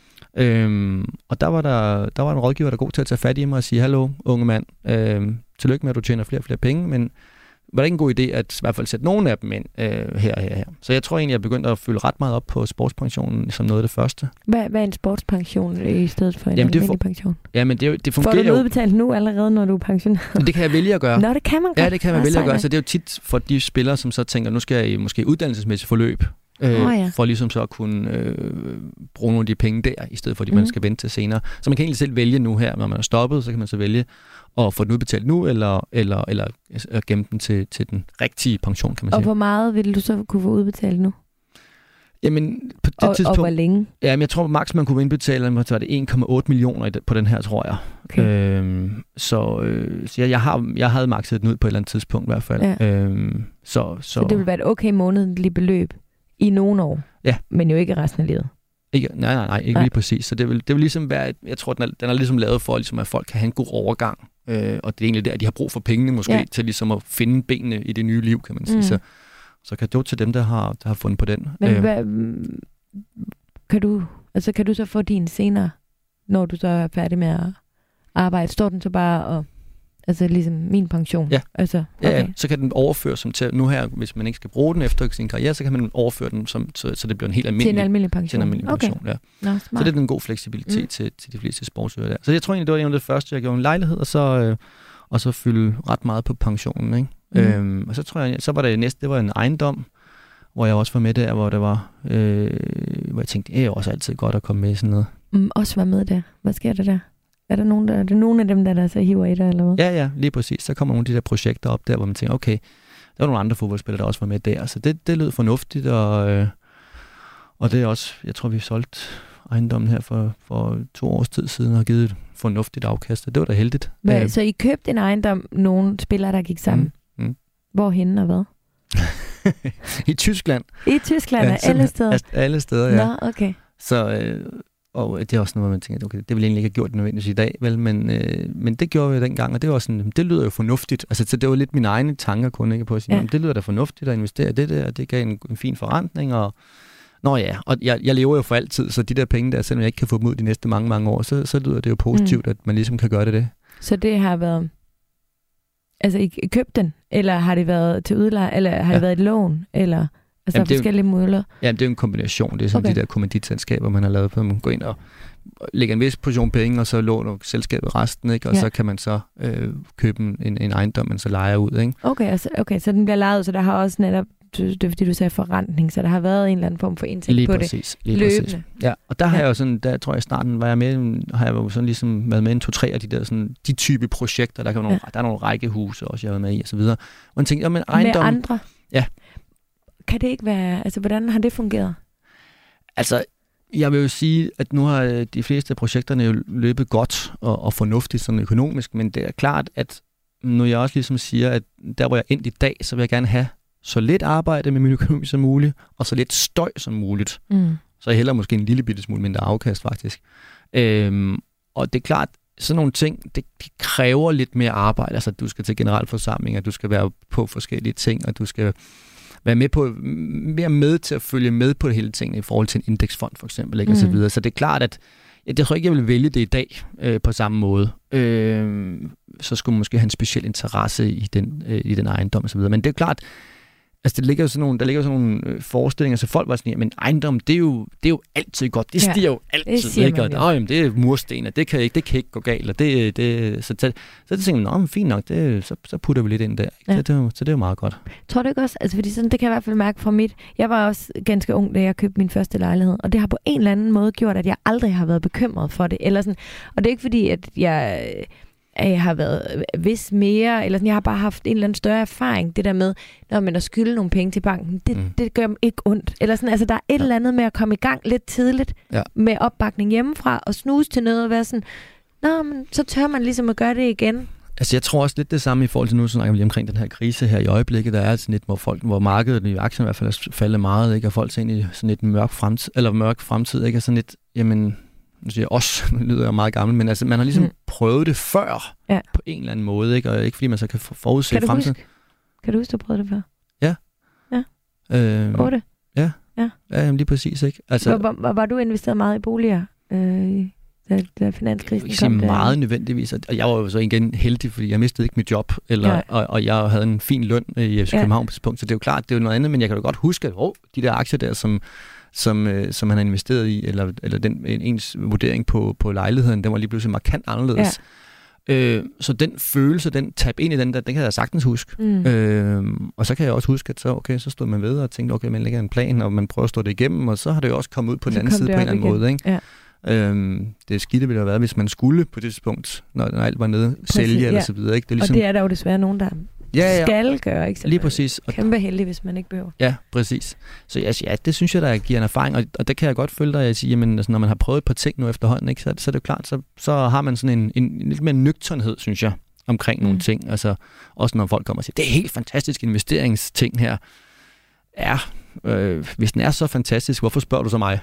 Øhm, og der var der, der var en rådgiver, der var god til at tage fat i mig og sige, hallo, unge mand, øhm, tillykke med, at du tjener flere og flere penge, men var det ikke en god idé at i hvert fald sætte nogle af dem ind øh, her og her, her. Så jeg tror egentlig, jeg begyndte at fylde ret meget op på sportspensionen som noget af det første. Hvad, hvad er en sportspension i stedet for en Jamen, almindelig for, pension? Jamen, det, det fungerer jo... Får du udbetalt nu allerede, når du er pensioneret? Det kan jeg vælge at gøre. Nå, det kan man godt. Ja, det kan man vælge at gøre. Så det er jo tit for de spillere, som så tænker, nu skal jeg i måske uddannelsesmæssigt forløb, Øh, oh, ja. for ligesom så at kunne øh, bruge nogle af de penge der, i stedet for at mm. man skal vente til senere. Så man kan egentlig selv vælge nu her, når man er stoppet, så kan man så vælge at få den udbetalt nu, eller, eller, eller at gemme den til, til den rigtige pension, kan man og sige. Og hvor meget vil du så kunne få udbetalt nu? Jamen, på det og, tidspunkt... Og hvor længe? Jamen, jeg tror, maks man kunne indbetale, så var det en komma otte millioner på den her, tror jeg. Okay. Øhm, så øh, så jeg, jeg, har, jeg havde makset den ud på et eller andet tidspunkt i hvert fald. Ja. Øhm, så, så... så det vil være et okay månedligt beløb? I nogle år, ja. Men jo ikke resten af livet. Ikke, nej, nej, nej, ikke nej. Lige præcis. Så det vil, det vil ligesom være, et, jeg tror, den er, den er ligesom lavet for, ligesom, at folk kan have en god overgang Øh, og det er egentlig der, de har brug for pengene måske, ja. til ligesom at finde benene i det nye liv, kan man sige. Mm. Så, så kan du til dem, der har, der har fundet på den. Men øh. hvad, kan, du, altså, kan du så få din senere, når du så er færdig med at arbejde? Står den så bare og... Altså ligesom min pension? Ja. Altså, okay. ja, ja, så kan den overføres som til... Nu her, hvis man ikke skal bruge den efter sin karriere, så kan man overføre den, som, så, så det bliver en helt almindelig... Til en almindelig pension? Til en almindelig okay. pension, ja. Nå, så det er en god fleksibilitet mm. til, til de fleste sportsøger der. Så jeg tror egentlig, det var en af det første, jeg gjorde en lejlighed, og så, øh, og så fylde ret meget på pensionen, ikke? Mm. Øhm, og så tror jeg, så var det næste, det var en ejendom, hvor jeg også var med der, hvor det var... Øh, hvor jeg tænkte, det er jo også altid godt at komme med i sådan noget. Mm, også være med der. Hvad sker der der? Er der nogen, der, er der nogen af dem, der, der så hiver i dig, eller hvad? Ja, ja, lige præcis. Så kommer nogle af de der projekter op der, hvor man tænker, okay, der var nogle andre fodboldspillere, der også var med der. Så det, det lød fornuftigt, og, øh, og det er også, jeg tror, vi solgte ejendommen her for, for to års tid siden, og har givet et fornuftigt afkast, og det var da heldigt. Hvad, Æh, så I købte en ejendom, nogle spillere, der gik sammen? Mm, mm. Hvorhenne og hvad? I Tyskland. I Tyskland, ja, alle steder? Alle steder, ja. Nå, okay. Så... Øh, og det er også noget, hvor man tænker, okay, det ville egentlig ikke have gjort det nødvendigvis i dag, vel, men, øh, men det gjorde vi dengang, og det var sådan, det lyder jo fornuftigt. Altså, så det var lidt mine egne tanker kun, ikke, på at sige, ja. Det lyder da fornuftigt at investere i det der, og det gav en, en fin forrentning, og nå ja, og jeg, jeg lever jo for altid, så de der penge der, selvom jeg ikke kan få dem ud de næste mange, mange år, så, så lyder det jo positivt, mm. at man ligesom kan gøre det det. Så det har været, altså I købte den, eller har det været til udleje, eller har ja. det været et lån, eller... Altså Jamen, forskellige måler? Ja, det er jo en kombination. Det er sådan okay. de der kommanditselskaber, man har lavet på, at man går ind og lægger en vis portion penge, og så låner selskabet resten, ikke? Og ja. så kan man så øh, købe en, en ejendom, man så lejer ud, ikke? Okay, altså, okay, så den bliver lejet, så der har også netop, det er fordi du sagde forrentning, så der har været en eller anden form for indtægt lige på præcis, det lige løbende. Præcis. Ja, og der har ja. jeg jo sådan, der tror jeg i starten var jeg med, har jeg jo sådan ligesom været med en to-tre af de der sådan, de type projekter, der kan være nogle, ja. der er nogle rækkehuse også, jeg har været med i, og så videre. Og man tænkte, jamen ejendom... Med andre? Ja. Kan det ikke være... Altså, hvordan har det fungeret? Altså, jeg vil jo sige, at nu har de fleste af projekterne jo løbet godt og, og fornuftigt sådan økonomisk, men det er klart, at når jeg også ligesom siger, at der hvor jeg endte i dag, så vil jeg gerne have så lidt arbejde med min økonomi som muligt, og så lidt støj som muligt. Mm. Så jeg hellere måske en lille bitte smule mindre afkast, faktisk. Øhm, og det er klart, sådan nogle ting, det, det kræver lidt mere arbejde. Altså, du skal til generalforsamlinger, du skal være på forskellige ting, og du skal... være med på, mere med til at følge med på det hele tingene i forhold til en indeksfond for eksempel, ikke? Mm. Og så videre. Så det er klart, at jeg, jeg tror ikke, jeg vil vælge det i dag øh, på samme måde. Øh, så skulle man måske have en speciel interesse i den, øh, i den ejendom og så videre. Men det er klart, altså der ligger jo sådan nogle, der ligger jo sådan nogle øh, forestillinger, så folk var sådan, ja, men ejendom, det er jo, det er jo altid godt. Det stiger ja, jo altid, ikke? Og, oh, jamen, det er mursten, og det kan ikke, det kan ikke gå galt. Og det, det, så, så, så det tænker man, nå, fint nok, det, så, så putter vi lidt ind der. Ja. Så, det, så det er jo meget godt. Tror du ikke også, altså fordi sådan, det kan jeg i hvert fald mærke fra mit, jeg var også ganske ung, da jeg købte min første lejlighed, og det har på en eller anden måde gjort, at jeg aldrig har været bekymret for det. Eller sådan, og det er ikke fordi, at jeg... at jeg har været vis mere, eller sådan, jeg har bare haft en eller anden større erfaring, det der med, når man er skylde nogle penge til banken, det, mm. det gør mig ikke ondt. Eller sådan, altså der er et ja. eller andet med at komme i gang lidt tidligt, ja. med opbakning hjemmefra, og snuse til noget, og være sådan, nå, men så tør man ligesom at gøre det igen. Altså jeg tror også lidt det samme i forhold til nu, så snakker vi omkring den her krise her i øjeblikket, der er sådan lidt, hvor folk, hvor markedet i aktierne i hvert fald er faldet meget, ikke? Og folk ser ind i sådan et mørk fremtid, eller mørk fremtid, ikke? Og sådan lidt, jamen, nu siger jeg også, nu lyder jeg meget gammel, men altså man har ligesom mm. prøvet det før, ja. på en eller anden måde, ikke? Og ikke fordi man så kan forudse kan fremtiden. Huske? Kan du huske, du prøvede det før? Ja. Ja. Øh, otte? Ja. Ja. Ja, jamen, lige præcis, ikke? Altså, var, var, var du investeret meget i boliger, øh, da, da finanskrisen jeg kom? Jeg meget nødvendigvis, og jeg var jo så igen heldig, fordi jeg mistede ikke mit job, eller, og, og jeg havde en fin løn i F C København ja. på det punkt, så det er jo klart, det er jo noget andet, men jeg kan jo godt huske, at oh, de der aktier der, som som, øh, som han har investeret i, eller, eller den, ens vurdering på, på lejligheden, den var lige pludselig markant anderledes. Ja. Øh, så den følelse, den tab ind i den der, den kan jeg sagtens huske. Mm. Øh, og så kan jeg også huske, at så, okay, så stod man ved og tænkte, okay, man lægger en plan, og man prøver at stå det igennem, og så har det jo også kommet ud på den anden side på en eller anden igen. måde. Ikke? Ja. Øhm, det skidte ville have været, hvis man skulle på det tidspunkt, når, når alt var nede, præcis, sælge ja. eller så videre. Ikke? Det er ligesom... Og det er der jo desværre nogen, der ja, ja. skal gøre. Ikke? Så lige præcis. Kæmpe heldig, hvis man ikke behøver. Ja, præcis. Så ja, ja, det synes jeg, der giver en erfaring, og, og det kan jeg godt følge dig at sige, jamen, altså, når man har prøvet et par ting nu efterhånden, ikke, så, så er det jo klart, så, så har man sådan en, en, en lidt mere nøgternhed, synes jeg, omkring mm. nogle ting. Altså, også når folk kommer og siger, det er helt fantastisk investeringsting her. Ja, øh, hvis den er så fantastisk, hvorfor spørger du så mig?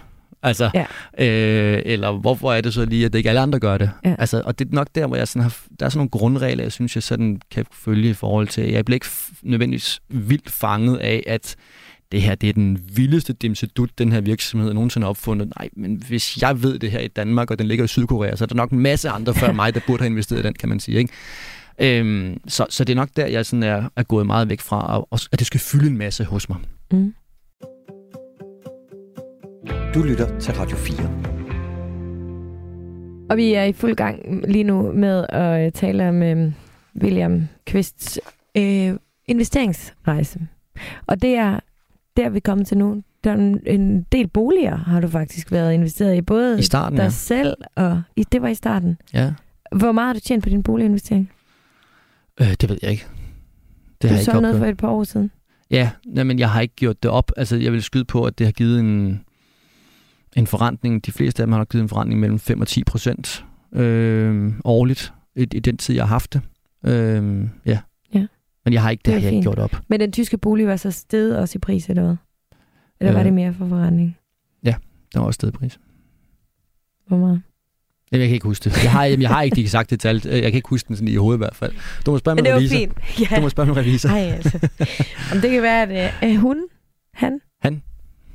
Altså, ja. øh, eller hvorfor er det så lige, at det ikke alle andre gør det? Ja. Altså, og det er nok der, hvor jeg sådan har, der er sådan nogle grundregler, jeg synes, jeg sådan kan følge i forhold til, jeg bliver ikke nødvendigvis vildt fanget af, at det her, det er den vildeste dimsedut, den her virksomhed nogensinde har opfundet. Nej, men hvis jeg ved det her i Danmark, og den ligger i Sydkorea, så er der nok en masse andre før mig, der burde have investeret i den, kan man sige, ikke? Øhm, så, så det er nok der, jeg sådan er, er gået meget væk fra, og, og at det skal fylde en masse hos mig. Mm. Du lytter til Radio fire. Og vi er i fuld gang lige nu med at tale om øh, William Kvists øh, investeringsrejse. Og det er der, vi er kommet til nu. Der er en, en del boliger, har du faktisk været investeret i. Både I starten, dig ja. selv, og i, det var i starten. Ja. Hvor meget har du tjent på din boliginvestering? Øh, det ved jeg ikke. Det du har så ikke noget for et par år siden? Ja, men jeg har ikke gjort det op. Altså, jeg vil skyde på, at det har givet en, en forrentning. De fleste af dem har givet en forrentning mellem fem og ti procent øh, årligt i, i den tid, jeg har haft det. Øh, ja. ja. Men jeg har ikke det, det har jeg ikke gjort op. Men den tyske bolig var så steget også i pris, eller hvad? Eller øh, var det mere for forretning? Ja, den var også steget i pris. Hvor meget? Jeg kan ikke huske det. Jeg har, jeg har ikke de eksakte tal. Jeg kan ikke huske den sådan i hovedet i hvert fald. Du må spørge min revisor. Det var fint. Ja. Du må spørge min revisor. Ej, altså. Om det kan være, at øh, hun, han? Han.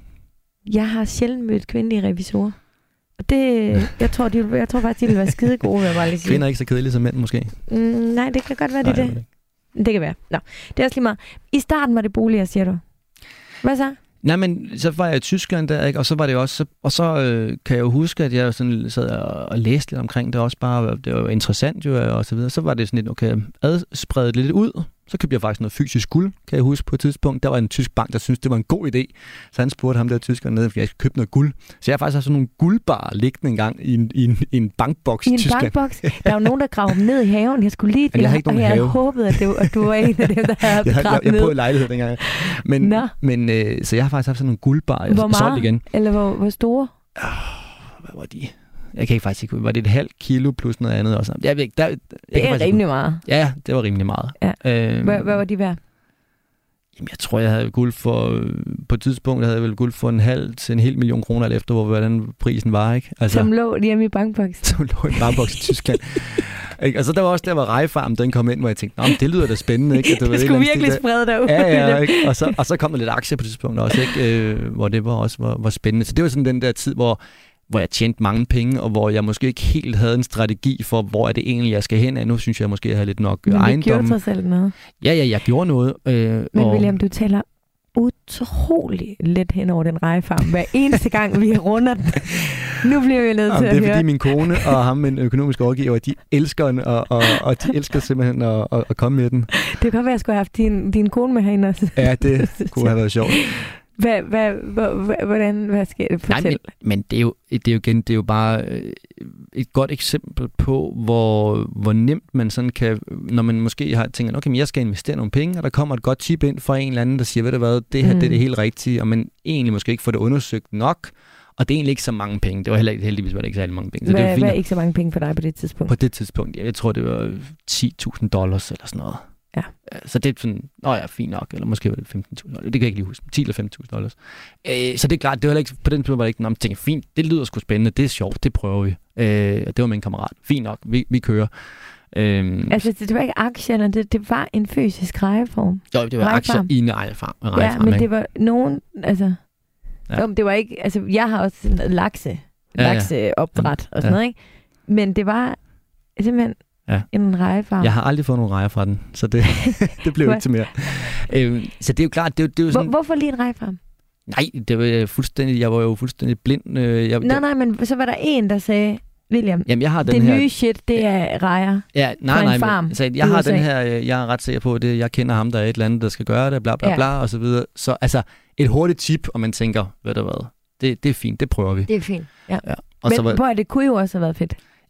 Jeg har sjældent mødt kvindelige revisorer. Og det, jeg tror, de, jeg tror faktisk, de vil være skide gode, vil jeg bare lige sige. Kvinder er ikke så kedelige som mænd, måske? Mm, nej, det kan godt være, det er det. Det. Det kan være. Nå, det er også lige meget. I starten var det boliger, siger du. Hvad så? Nej, men så var jeg i Tyskland der, ikke? Og så var det også, så, og så øh, kan jeg jo huske, at jeg sådan sad og, og læste lidt omkring det også bare, det var interessant jo, og så videre. Så var det sådan lidt, okay, adspredet lidt ud. Så købte jeg faktisk noget fysisk guld, kan jeg huske på et tidspunkt. Der var en tysk bank, der syntes, det var en god idé. Så han spurgte ham der tyskeren nede, fordi jeg skulle købe noget guld. Så jeg har faktisk haft sådan nogle guldbarer liggende engang i en, i en, i en bankboks i, i Tyskland. I en bankboks? Der var nogen, der gravede dem ned i haven. Jeg skulle lige... Men jeg har ikke nogen og jeg have. havde håbet, at, det, at du var en af dem, der havde jeg, gravet jeg, ned. Jeg boede i lejlighed dengang. Men, men øh, så jeg har faktisk haft sådan nogle guldbarer. Hvor meget? Igen. Eller hvor, hvor store? Oh, hvad var de? Jeg kan ikke faktisk ikke... Var det et halvt kilo plus noget andet også? Jeg ved ikke, der, jeg det er rimelig ikke, meget. Ja, det var rimelig meget. Ja. Øhm, hvad, hvad var de værd? Jamen, jeg tror, jeg havde guld for... På et tidspunkt havde jeg vel guld for en halv til en hel million kroner, efter hvor hvordan prisen var, ikke? Altså, som lå hjemme i bankboks. Som lå i en bankboks i Tyskland. Og så der var også der, hvor Rejefarm, den kom ind, hvor jeg tænkte, nå, det lyder da spændende, ikke? Det, det skulle virkelig sprede derud. Ja, ja, ikke? Og så, og så kom der lidt aktier på det tidspunkt også, ikke? Øh, hvor det var også var, var spændende. Så det var sådan den der tid, hvor hvor jeg tjente mange penge, og hvor jeg måske ikke helt havde en strategi for, hvor er det egentlig, jeg skal hen af. Nu synes jeg måske, jeg har lidt nok ejendom. Men du gjorde sig selv noget. Ja, ja, jeg gjorde noget. Øh, Men og... William, du taler utrolig let hen over den rejefarm. Hver eneste gang, vi runder den. Nu bliver vi nødt til at høre. Det er fordi min kone og ham, min økonomiske rådgiver, de elsker den, og, og, og de elsker simpelthen at, at, at komme med den. Det kan godt være, at jeg skulle have haft din, din kone med herinde også. Ja, det kunne have været sjovt. Hvad, hvad, hvad, hvordan, hvad sker det? Fortæl. Nej, men, men det er jo, det er jo igen, det er jo bare et godt eksempel på, hvor, hvor nemt man sådan kan, når man måske har tænkt, okay, men jeg skal investere nogle penge, og der kommer et godt tip ind fra en eller anden, der siger, ved du hvad, det her, mm. det er det helt rigtige, og man egentlig måske ikke får det undersøgt nok, og det er egentlig ikke så mange penge. Det var heller ikke, heldigvis var det ikke så mange penge. Så hvad, det var fint. Hvad er ikke så mange penge for dig på det tidspunkt? På det tidspunkt, ja, jeg tror, det var ti tusind dollars eller sådan noget. Ja. Så det er sådan, nå ja, fint nok, eller måske var det femten tusind dollars, det kan jeg ikke lige huske, ti eller femten tusind dollars. Øh, så det er klart, det var ikke, på den tid var det ikke, når man tænker, fint, det lyder sgu spændende, det er sjovt, det prøver vi. Øh, det var min kammerat, fint nok, vi, vi kører. Øh, altså, det var ikke aktierne, det, det var en fysisk rejeform. Jo, det var rejefarm. Aktier i en rejefarm. Ja, men det var nogen, altså, ja. Jo, det var ikke, altså, jeg har også sådan lakse, lakseopdræt ja, ja. og sådan ja. noget, ikke? Men det var simpelthen ja. en rejefarm. Jeg har aldrig fået nogen rejer fra den, så det, det blev ikke til mere. Øhm, så det er jo klart, det er jo, det er jo sådan... Hvor, hvorfor lige en rejefarm? Nej, det var fuldstændig, jeg var jo fuldstændig blind. Øh, jeg, nej, nej, men så var der en, der sagde, William, jamen, jeg har den det her... nye shit, det er rejer ja, nej, nej, farm. Men, så jeg har den her, jeg er ret sikker på, det, jeg kender ham, der er et eller andet, der skal gøre det, bla bla ja. bla, og så videre. Så altså, et hurtigt tip, og man tænker, ved du hvad, det, det er fint, det prøver vi. Det er fint, ja. ja. Og men så var, boy, det kunne jo også have været fedt.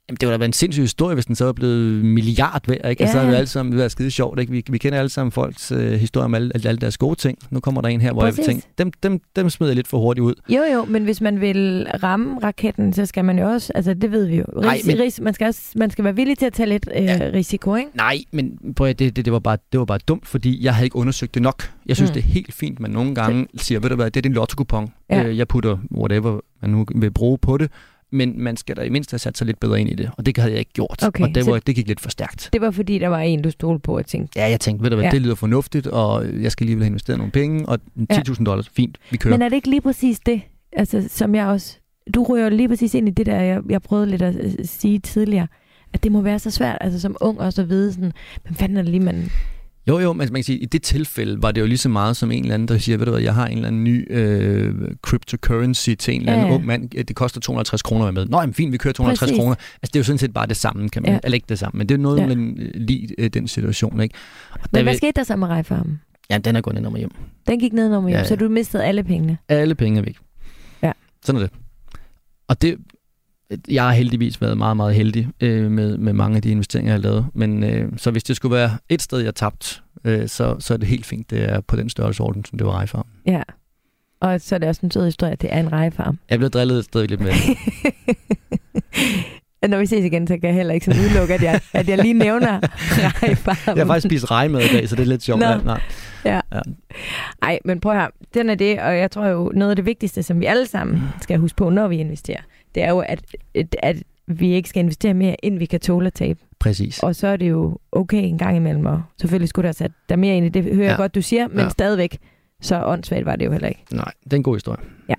Jamen, det ville da være en sindssyg historie, hvis den så var blevet milliard værd, ikke? Ja. Altså, så havde det alle sammen været skide sjovt, ikke? Vi, vi kender alle sammen folks øh, historie om alle, alle deres gode ting. Nu kommer der en her, hvor Præcis. jeg vil tænke, dem, dem, dem smider jeg lidt for hurtigt ud. Jo, jo, men hvis man vil ramme raketten, så skal man jo også, altså det ved vi jo. Ris, Nej, men, ris, man, skal også, man skal være villig til at tage lidt øh, ja. risiko, ikke? Nej, men prøv at, det, det, det, var bare, det var bare dumt, fordi jeg havde ikke undersøgt det nok. Jeg synes, mm. det er helt fint, man nogle gange siger, ved du hvad, det er din lotto-kupon. Ja. Øh, jeg putter whatever man nu vil bruge på det. Men man skal da i mindst have sat sig lidt bedre ind i det, og det havde jeg ikke gjort. Okay, og det, var, det gik lidt for stærkt. Det var fordi, der var en, du stolede på og tænkte... Ja, jeg tænkte, ved du hvad, ja. det lyder fornuftigt, og jeg skal alligevel have investeret nogle penge, og ti tusind dollars, fint, vi kører. Men er det ikke lige præcis det, altså, som jeg også... Du ryger lige præcis ind i det der, jeg, jeg prøvede lidt at sige tidligere, at det må være så svært, altså som ung også at vide sådan, hvad fanden er det lige, man... Jo, jo, men man kan sige, i det tilfælde var det jo lige så meget som en eller anden, der siger, ved du hvad, jeg har en eller anden ny øh, cryptocurrency til en eller anden ja, ja. ung mand, det koster to hundrede og halvtreds kroner at være med. Nå, jamen fint, vi kører to hundrede og halvtreds kroner. Altså, det er jo sådan set bare det samme, kan man, ja. eller ikke det samme, men det er noget, ja. man lige øh, den situation, ikke? Og men hvad skete der så med Reifarmen? Ja, den er gået ned om hjem. Den gik ned om hjem, ja, ja. Så du mistede alle pengene? Alle penge er væk. Ja. Sådan er det. Og det... Jeg har heldigvis været meget, meget heldig øh, med, med mange af de investeringer, jeg har lavet. Men øh, så hvis det skulle være et sted, jeg tabt, øh, så, så er det helt fint. Det er på den størrelsesorden, som det var Reifarmen. Ja, og så er det også en sød historie, at det er en Reifarm. Jeg blev drillet et sted lidt med Når vi ses igen, så kan jeg heller ikke sådan udelukke, at jeg, at jeg lige nævner Reifarmen. Jeg har faktisk spist rejmad i dag, så det er lidt sjovt. Ja. Nej. Ja. Ja. Ej, men prøv her. Den er det, og jeg tror jo, noget af det vigtigste, som vi alle sammen skal huske på, når vi investerer, det er jo, at, at vi ikke skal investere mere, end vi kan tåle at tabe. Præcis. Og så er det jo okay en gang imellem, og selvfølgelig skulle der sat der mere ind i det, hører ja. jeg godt, du siger, men ja. stadigvæk, så åndssvagt var det jo heller ikke. Nej, det er en god historie. Ja.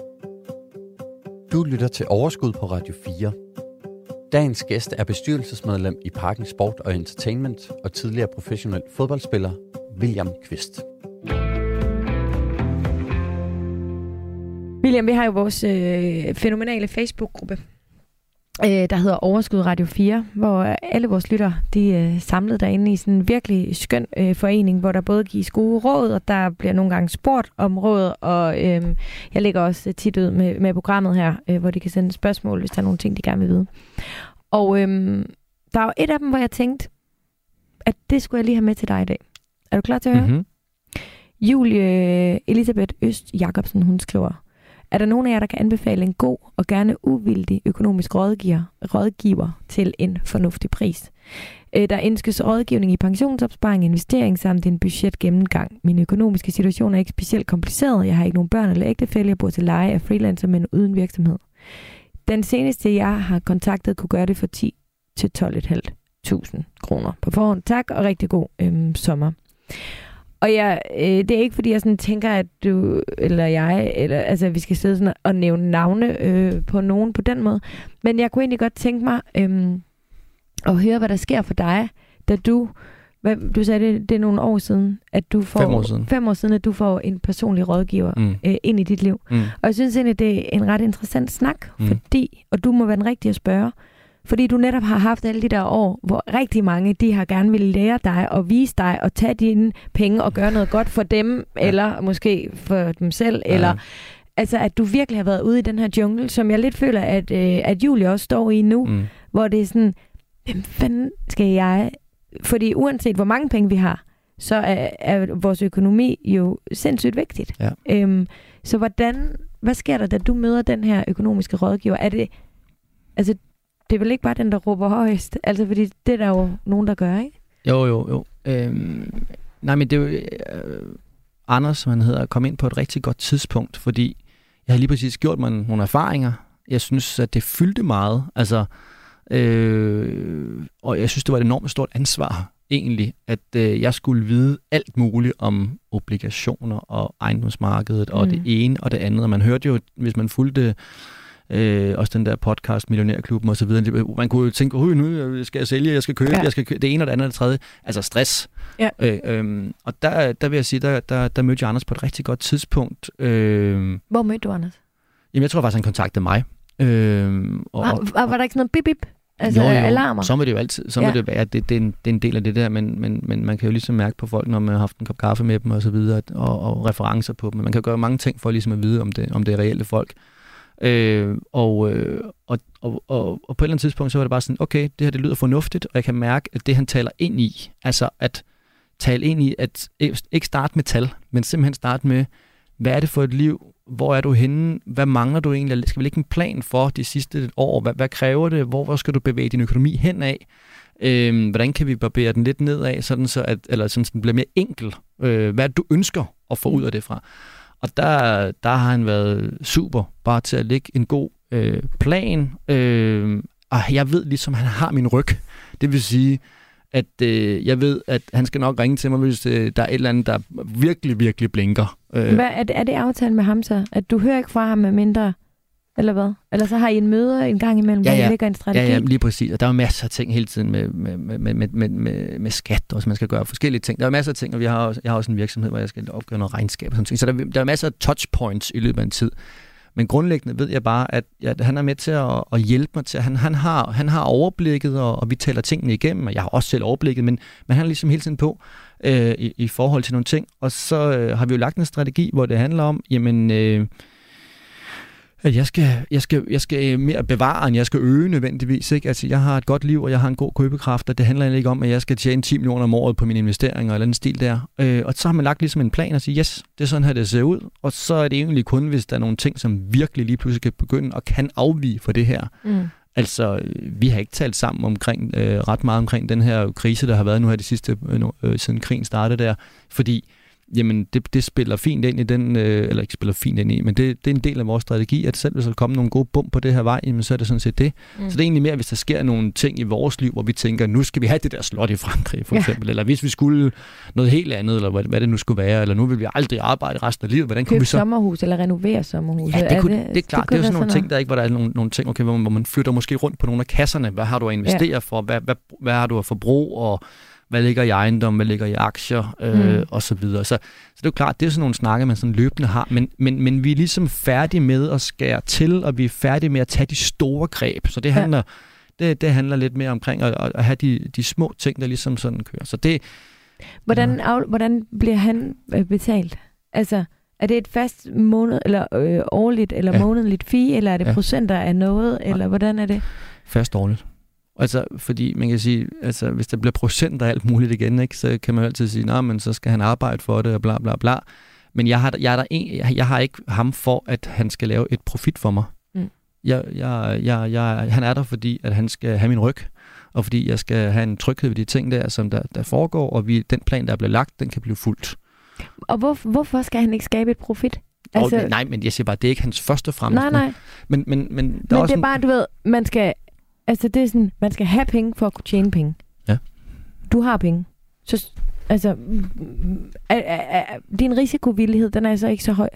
Du lytter til Overskud på Radio fire. Dagens gæst er bestyrelsesmedlem i Parken Sport og Entertainment og tidligere professionel fodboldspiller, William Kvist. William, vi har jo vores øh, fænomenale Facebook-gruppe, øh, der hedder Overskud Radio fire, hvor alle vores lyttere, de er samlet derinde i sådan en virkelig skøn øh, forening, hvor der både gives gode råd, og der bliver nogle gange spurgt om råd, og øh, jeg lægger også tit ud med, med programmet her, øh, hvor de kan sende spørgsmål, hvis der er nogle ting, de gerne vil vide. Og øh, der er jo et af dem, hvor jeg tænkte, at det skulle jeg lige have med til dig i dag. Er du klar til at høre? Mm-hmm. Julie Elisabeth Øst Jacobsen, hun skriver: er der nogen af jer, der kan anbefale en god og gerne uvildig økonomisk rådgiver, rådgiver til en fornuftig pris? Der ønskes rådgivning i pensionsopsparing, investering samt en budgetgennemgang. Min økonomiske situation er ikke specielt kompliceret. Jeg har ikke nogen børn eller ægtefælle. Jeg bor til leje af freelancer, men uden virksomhed. Den seneste, jeg har kontaktet, kunne gøre det for ti til tolv tusind fem hundrede kroner på forhånd. Tak, og rigtig god øhm, sommer. Og jeg, øh, det er ikke, fordi jeg sådan tænker, at du eller jeg, eller, altså, vi skal sidde sådan og nævne navne øh, på nogen på den måde. Men jeg kunne egentlig godt tænke mig øh, at høre, hvad der sker for dig, da du, hvad, du sagde, det, det er nogle år siden, at du får, fem år siden, fem år siden at du får en personlig rådgiver mm. øh, ind i dit liv. Mm. Og jeg synes egentlig, det er en ret interessant snak, mm. fordi, og du må være den rigtige at spørge, fordi du netop har haft alle de der år, hvor rigtig mange, de har gerne ville lære dig og vise dig og tage dine penge og gøre noget godt for dem, ja. eller måske for dem selv, ja. eller altså at du virkelig har været ude i den her jungle, som jeg lidt føler, at, øh, at Julie også står i nu, mm. hvor det er sådan, hvem fanden skal jeg? Fordi uanset hvor mange penge vi har, så er, er vores økonomi jo sindssygt vigtigt. Ja. Øhm, så hvordan, hvad sker der, da du møder den her økonomiske rådgiver? Er det, altså, det er vel ikke bare den, der råber højst? Altså, fordi det er der jo nogen, der gør, ikke? Jo, jo, jo. Øhm, nej, men det er jo... Øh, Anders, som han hedder, kom ind på et rigtig godt tidspunkt, fordi jeg har lige præcis gjort mig nogle erfaringer. Jeg synes, at det fyldte meget. Altså, øh, og jeg synes, det var et enormt stort ansvar, egentlig, at øh, jeg skulle vide alt muligt om obligationer og ejendomsmarkedet og mm. det ene og det andet. Og man hørte jo, hvis man fulgte Øh, også den der podcast, Millionærklubben og så videre. Man kunne jo tænke, oh, nu skal jeg sælge, jeg skal købe, ja. jeg skal købe det ene og det andet og det tredje. Altså stress. Ja. Øh, øh, og der, der vil jeg sige, der, der, der mødte jeg Anders på et rigtig godt tidspunkt. Øh, Hvor mødte du Anders? Jamen, jeg tror faktisk, han kontaktede mig. Øh, og, var, var, var der ikke sådan noget bip-bip? Altså jo, jo. Alarmer? Så må det jo altid så må ja. det være, at det, det, er en, det er en del af det der, men, men, men man kan jo ligesom mærke på folk, når man har haft en kop kaffe med dem og så videre, og, og referencer på dem. Man kan gøre mange ting for ligesom at vide, om det, om det er reelle folk. Øh, og, øh, og, og, og, og på et eller andet tidspunkt, så var det bare sådan, okay, det her det lyder fornuftigt, og jeg kan mærke, at det han taler ind i, altså at tale ind i, at ikke starte med tal, men simpelthen starte med, hvad er det for et liv, hvor er du henne, hvad mangler du egentlig, skal vi lægge en plan for de sidste år, hvad, hvad kræver det, hvor, hvor skal du bevæge din økonomi hen af, øh, hvordan kan vi barbere den lidt nedad, sådan så at, eller sådan, så den bliver mere enkel, øh, hvad du ønsker at få ud af det fra. Og der, der har han været super, bare til at lægge en god øh, plan. Øh, og jeg ved ligesom, at han har min ryg. Det vil sige, at øh, jeg ved, at han skal nok ringe til mig, hvis øh, der er et eller andet, der virkelig, virkelig blinker. Øh. Hvad, er, det, er det aftalen med ham så? At du hører ikke fra ham med mindre, eller hvad? Eller så har I en møde en gang imellem, ja, ja. hvor I lægger en strategi? Ja, ja, lige præcis. Og der er jo masser af ting hele tiden med, med, med, med, med, med, med skat, og så man skal gøre forskellige ting. Der er masser af ting, og vi har også, jeg har også en virksomhed, hvor jeg skal opgøre noget regnskab og sådan ting. Så der, der er masser af touchpoints i løbet af en tid. Men grundlæggende ved jeg bare, at, at han er med til at, at hjælpe mig til. Han, han, har, han har overblikket, og, og vi taler tingene igennem, og jeg har også selv overblikket, men, men han er ligesom hele tiden på øh, i, i forhold til nogle ting. Og så øh, har vi jo lagt en strategi, hvor det handler om, jamen... Øh, at jeg skal, jeg, skal, jeg skal mere bevare, end jeg skal øge nødvendigvis. Ikke? Altså, jeg har et godt liv, og jeg har en god købekraft, og det handler ikke om, at jeg skal tjene ti millioner om året på mine investeringer eller en stil der. Øh, og så har man lagt ligesom en plan og sige, yes, det er sådan her, det ser ud. Og så er det egentlig kun, hvis der er nogle ting, som virkelig lige pludselig kan begynde og kan afvige for det her. Mm. Altså, vi har ikke talt sammen omkring, øh, ret meget omkring den her krise, der har været nu her de sidste, øh, øh, siden krigen startede der, fordi jamen det, det spiller fint ind i den, øh, eller ikke spiller fint ind i, men det, det er en del af vores strategi, at selv hvis der kommer nogle gode bump på det her vej, jamen, så er det sådan set det. Mm. Så det er egentlig mere, hvis der sker nogle ting i vores liv, hvor vi tænker, nu skal vi have det der slot i Frankrig, for eksempel, ja. Eller hvis vi skulle noget helt andet, eller hvad, hvad det nu skulle være, eller nu vil vi aldrig arbejde resten af livet, hvordan kunne vi så... sommerhus, eller renovere sommerhus. Ja, det, kunne, det, det er klart, det, det er jo sådan nogle ting, der ikke, hvor der er nogle, nogle ting, okay, hvor, hvor man flytter måske rundt på nogle af kasserne, hvad har du at investere ja. for, hvad, hvad, hvad har du at forbruge, og hvad ligger i ejendom, hvad ligger i aktier, øh, mm. og så videre. Så, så det er jo klart, det er sådan nogle snakke, man sådan løbende har, men, men, men vi er ligesom færdige med at skære til, og vi er færdige med at tage de store greb. Så det handler, ja. det, det handler lidt mere omkring at, at have de, de små ting, der ligesom sådan kører. Så det, hvordan, ja. af, hvordan bliver han betalt? Altså, er det et fast måned, eller øh, årligt, eller ja. månedligt fee, eller er det ja. procenter af noget, eller hvordan er det? Fast årligt. Altså, fordi man kan sige, altså, hvis der bliver procent af alt muligt igen, ikke, så kan man altid sige, nej, men så skal han arbejde for det, og bla bla bla. Men jeg har, jeg, er der en, jeg, jeg har ikke ham for, at han skal lave et profit for mig. Mm. Jeg, jeg, jeg, jeg, han er der, fordi at han skal have min ryg, og fordi jeg skal have en tryghed ved de ting der, som der, der foregår, og vi, den plan, der er blevet lagt, den kan blive fuldt. Og hvor, hvorfor skal han ikke skabe et profit? Altså... Og, nej, men jeg siger bare, det er ikke hans første fremmest. Nej, nej. Men, men, men, der men er det også er bare, du ved, man skal... Altså, det er sådan, man skal have penge for at kunne tjene penge. Ja. Du har penge. Så, altså, er, er, er, din risikovillighed, den er så ikke så høj.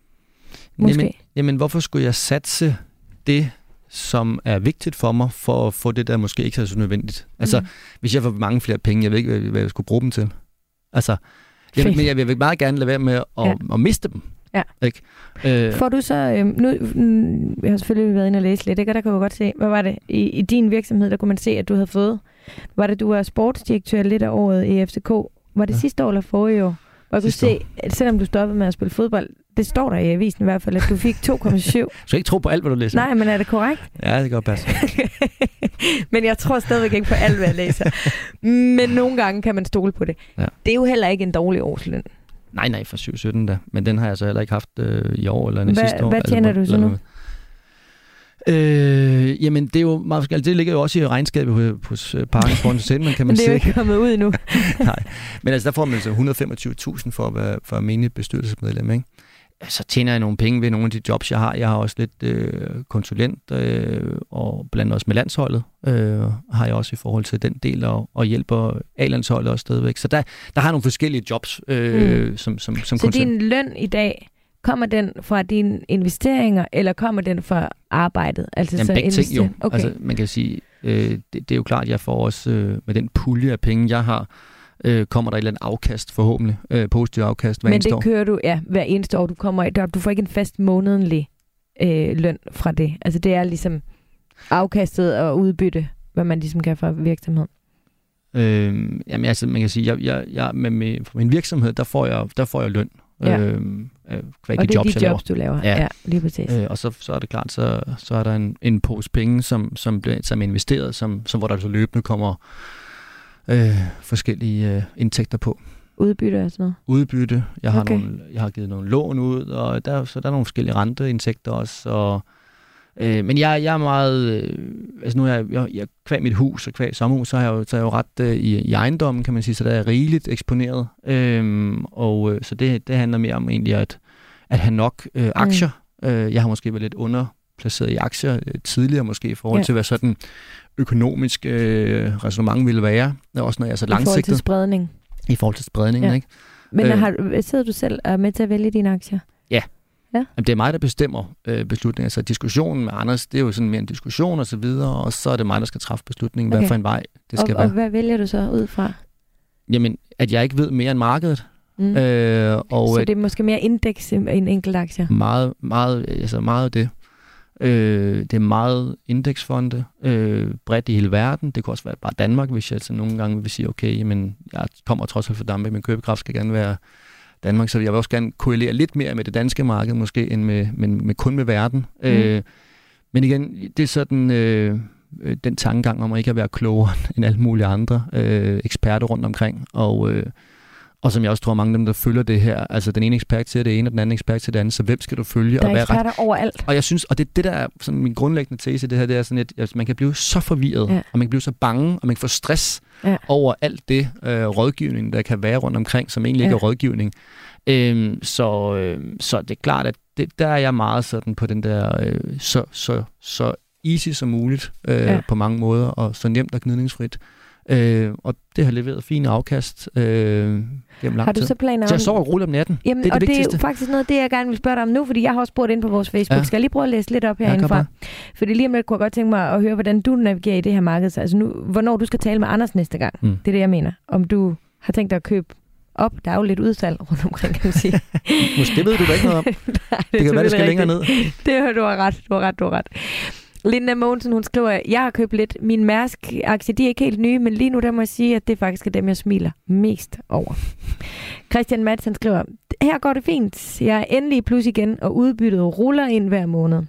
Måske. Jamen, jamen, hvorfor skulle jeg satse det, som er vigtigt for mig, for at få det, der måske ikke er så nødvendigt? Altså, mm. hvis jeg får mange flere penge, jeg ved ikke, hvad jeg skulle bruge dem til. Altså, jeg vil, men jeg vil meget gerne lade være med at, ja. at miste dem. Ja. Ikke? Øh, Får du så, øh, nu, mm, jeg har selvfølgelig været inde og læse lidt, ikke? Og der kan du godt se, hvad var det, i, i din virksomhed, der kunne man se, at du havde fået, var det, du var sportsdirektør lidt af året i F C K, var det ja. sidste år eller forrige år, hvor du kunne se, at selvom du stoppede med at spille fodbold, det står der i avisen i hvert fald, at du fik to komma syv. Du skal ikke tro på alt, hvad du læser. Nej, men er det korrekt? Ja, det kan godt passe. Men jeg tror stadigvæk ikke på alt, hvad jeg læser. Men nogle gange kan man stole på det. Ja. Det er jo heller ikke en dårlig årsløn. Nej, nej, for syv sytten da. Men den har jeg så heller ikke haft øh, i år eller sidste år. Hvad tjener eller, du så nu? Øh, jamen, det er jo meget forskelligt. Det ligger jo også i regnskabet hos Parken Sport Entertainment, kan man sige. Men det er jo ikke kommet ud endnu. Nej, men altså, der får man så et hundrede og femogtyve tusind for at være for at mene bestyrelsesmedlem, ikke? Så tjener jeg nogle penge ved nogle af de jobs, jeg har. Jeg har også lidt øh, konsulent, øh, og blandt også med landsholdet øh, har jeg også i forhold til den del, og, og hjælper A-landsholdet også stadigvæk. Så der, der har jeg nogle forskellige jobs, øh, mm. som, som, som Så konsulent. Din løn i dag, kommer den fra dine investeringer, eller kommer den fra arbejdet? Altså, Jamen, så begge ting jo. Okay. Altså, man kan sige, øh, det, det er jo klart, at jeg får også øh, med den pulje af penge, jeg har, øh, kommer der et eller andet afkast forhåbentlig, øh, positiv afkast hver Men eneste år. Men det kører du, ja, hver eneste år. Du, kommer, der, du får ikke en fast månedlig øh, løn fra det. Altså det er ligesom afkastet og udbytte, hvad man ligesom kan fra virksomheden. Øh, jamen altså, man kan sige, jeg, jeg, jeg, med, med, for min virksomhed, der får jeg, der får jeg løn. Ja. Øh, kvæg og de det er jobs, de jobs, du laver. Ja, Ja. ja lige præcis. Øh, og så, så er det klart, så, så er der en, en pose penge, som, som, bliver, som er investeret, som, som, hvor der så løbende kommer øh, forskellige øh, indtægter på. Udbytte og sådan noget? Udbytte. Jeg har, Okay. nogle, jeg har givet nogle lån ud, og der, så der er nogle forskellige renteindtægter også. Og, øh, men jeg, jeg er meget... Øh, altså nu er jeg, jeg, jeg kvæg mit hus og kvæg sommerhus, så er jeg jo, så er jeg jo ret øh, i, i ejendommen, kan man sige, så der er rigeligt eksponeret. Øh, og øh, så det, det handler mere om egentlig at, at have nok øh, aktier. Mm. Øh, jeg har måske været lidt underplaceret i aktier øh, tidligere, måske i forhold Ja. til, hvad sådan økonomisk øh, ræsonnement ville være. Også når jeg er så I forhold langsigtet. til spredning. I forhold til spredningen, Ja. ikke? Men Øh. har, sidder du selv og er med til at vælge dine aktier? Jamen, det er mig, der bestemmer øh, beslutninger. Så diskussionen med Anders, det er jo sådan mere en diskussion og så videre, og så er det mig, der skal træffe beslutningen, okay. Okay. hvad for en vej det skal og, være. og hvad vælger du så ud fra? Jamen, at jeg ikke ved mere end markedet. Mm. Øh, og Så at det er måske mere indeks end enkelt aktier? meget, meget, altså meget af det. Øh, det er meget indeksfonde, øh, bredt i hele verden. Det kunne også være bare Danmark, hvis jeg altså nogle gange vil sige, okay, jamen, jeg kommer trods alt fra Danmark, min købekraft skal gerne være Danmark, så jeg vil også gerne korrelere lidt mere med det danske marked, måske, end med, med, med kun med verden. Mm. Øh, men igen, det er sådan øh, den tankegang om at ikke at være klogere end alle mulige andre øh, eksperter rundt omkring, og, øh, og som jeg også tror, mange af dem, der følger det her, altså den ene ekspert til det ene, og den anden ekspert til det andet, så hvem skal du følge? Der og er hvad eksperter overalt. Og jeg synes, og det, det der er sådan min grundlæggende tese, det her, det er sådan, at altså, man kan blive så forvirret, Ja. og man kan blive så bange, og man kan få stress Ja. over alt det øh, rådgivning, der kan være rundt omkring, som egentlig ikke Ja. er rådgivning. Øhm, så, øh, så det er klart, at det, der er jeg meget sådan på den der, øh, så, så, så easy som muligt øh, Ja. på mange måder, og så nemt og gnidningsfrit. Øh, og det har leveret fine afkast øh, gennem lang Har du tid. så planer om... Så jeg sover roligt om natten. Jamen, det er og det det er vigtigste. jo faktisk noget, det jeg gerne vil spørge dig om nu, fordi jeg har også spurgt ind på vores Facebook. Ja. Ja. Skal jeg lige prøve at læse lidt op Ja, herinde gør fra? bare. Fordi lige om lidt kunne jeg godt tænke mig at høre, hvordan du navigerer i det her marked. Så altså nu, hvornår du skal tale med Anders næste gang. Mm. Det er det, jeg mener. Om du har tænkt dig at købe op. Der er jo lidt udsalg rundt omkring, kan man sige. Måske det ved du da ikke noget om. Nej, Det kan være, det skal længere ned. Det har du har ret, du har ret, du har ret. Linda Mogensen, hun skriver, jeg har købt lidt. Min Mærsk-aktie, de er ikke helt nye, men lige nu der må jeg sige, at det faktisk er dem, jeg smiler mest over. Christian Madsen skriver, her går det fint. Jeg er endelig i plus igen, og udbyttet ruller ind hver måned.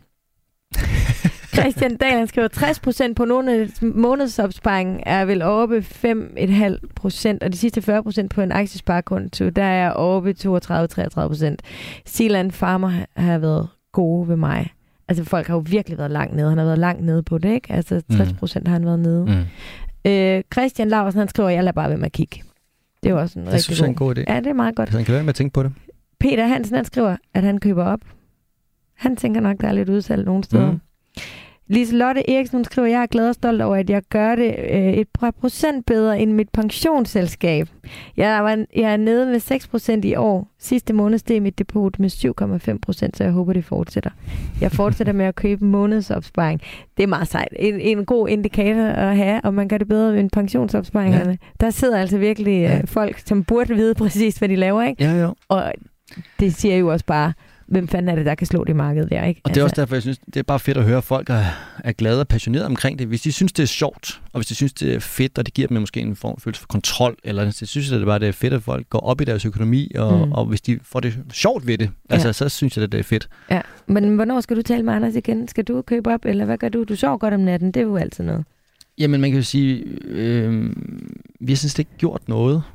Christian Dahl skriver, tres procent på nogle månedsopsparing er vel oppe fem komma fem procent, og de sidste fyrre procent på en aktiesparekonto, der er oppe toogtredive til treogtredive procent. Sealand Farmer har været gode ved mig. Altså folk har jo virkelig været langt nede. Han har været langt nede på det, ikke? Altså tres procent har han været nede. Mm. Øh, Christian Laursen, han skriver, jeg lader bare være med at kigge. Det er jo også en Det rigtig synes jeg er en god idé. Ja, det er meget godt. Så han kan være med at tænke på det. Peter Hansen, han skriver, at han køber op. Han tænker nok, der er lidt udsalg nogle steder. Mm. Lise Lotte Eriksen, hun skriver, jeg er glad og stolt over, at jeg gør det øh, et par procent bedre end mit pensionsselskab. Jeg, var, jeg er nede med seks procent i år. Sidste måned steg mit depot med syv komma fem procent, så jeg håber, det fortsætter. Jeg fortsætter med at købe månedsopsparing. Det er meget sejt. En, en god indikator at have, om man gør det bedre end pensionsopsparingerne. Ja. Der sidder altså virkelig Ja. øh, folk, som burde vide præcis, hvad de laver, ikke? Ja, ja. Og det siger jo også bare, hvem fanden er det, der kan slå det marked der, ikke? Og det er også derfor, jeg synes, det er bare fedt at høre, at folk er, er glade og passionerede omkring det. Hvis de synes, det er sjovt, og hvis de synes, det er fedt, og det giver dem måske en form følelse for kontrol, eller så synes jeg, det er bare det er fedt, at folk går op i deres økonomi, og, mm. og hvis de får det sjovt ved det, ja. altså, så synes jeg, det er fedt. Ja, men hvornår skal du tale med Anders igen? Skal du købe op, eller hvad gør du? Du sover godt om natten, det er jo altid noget. Jamen, man kan jo sige, øh, vi har synes, det ikke gjort noget.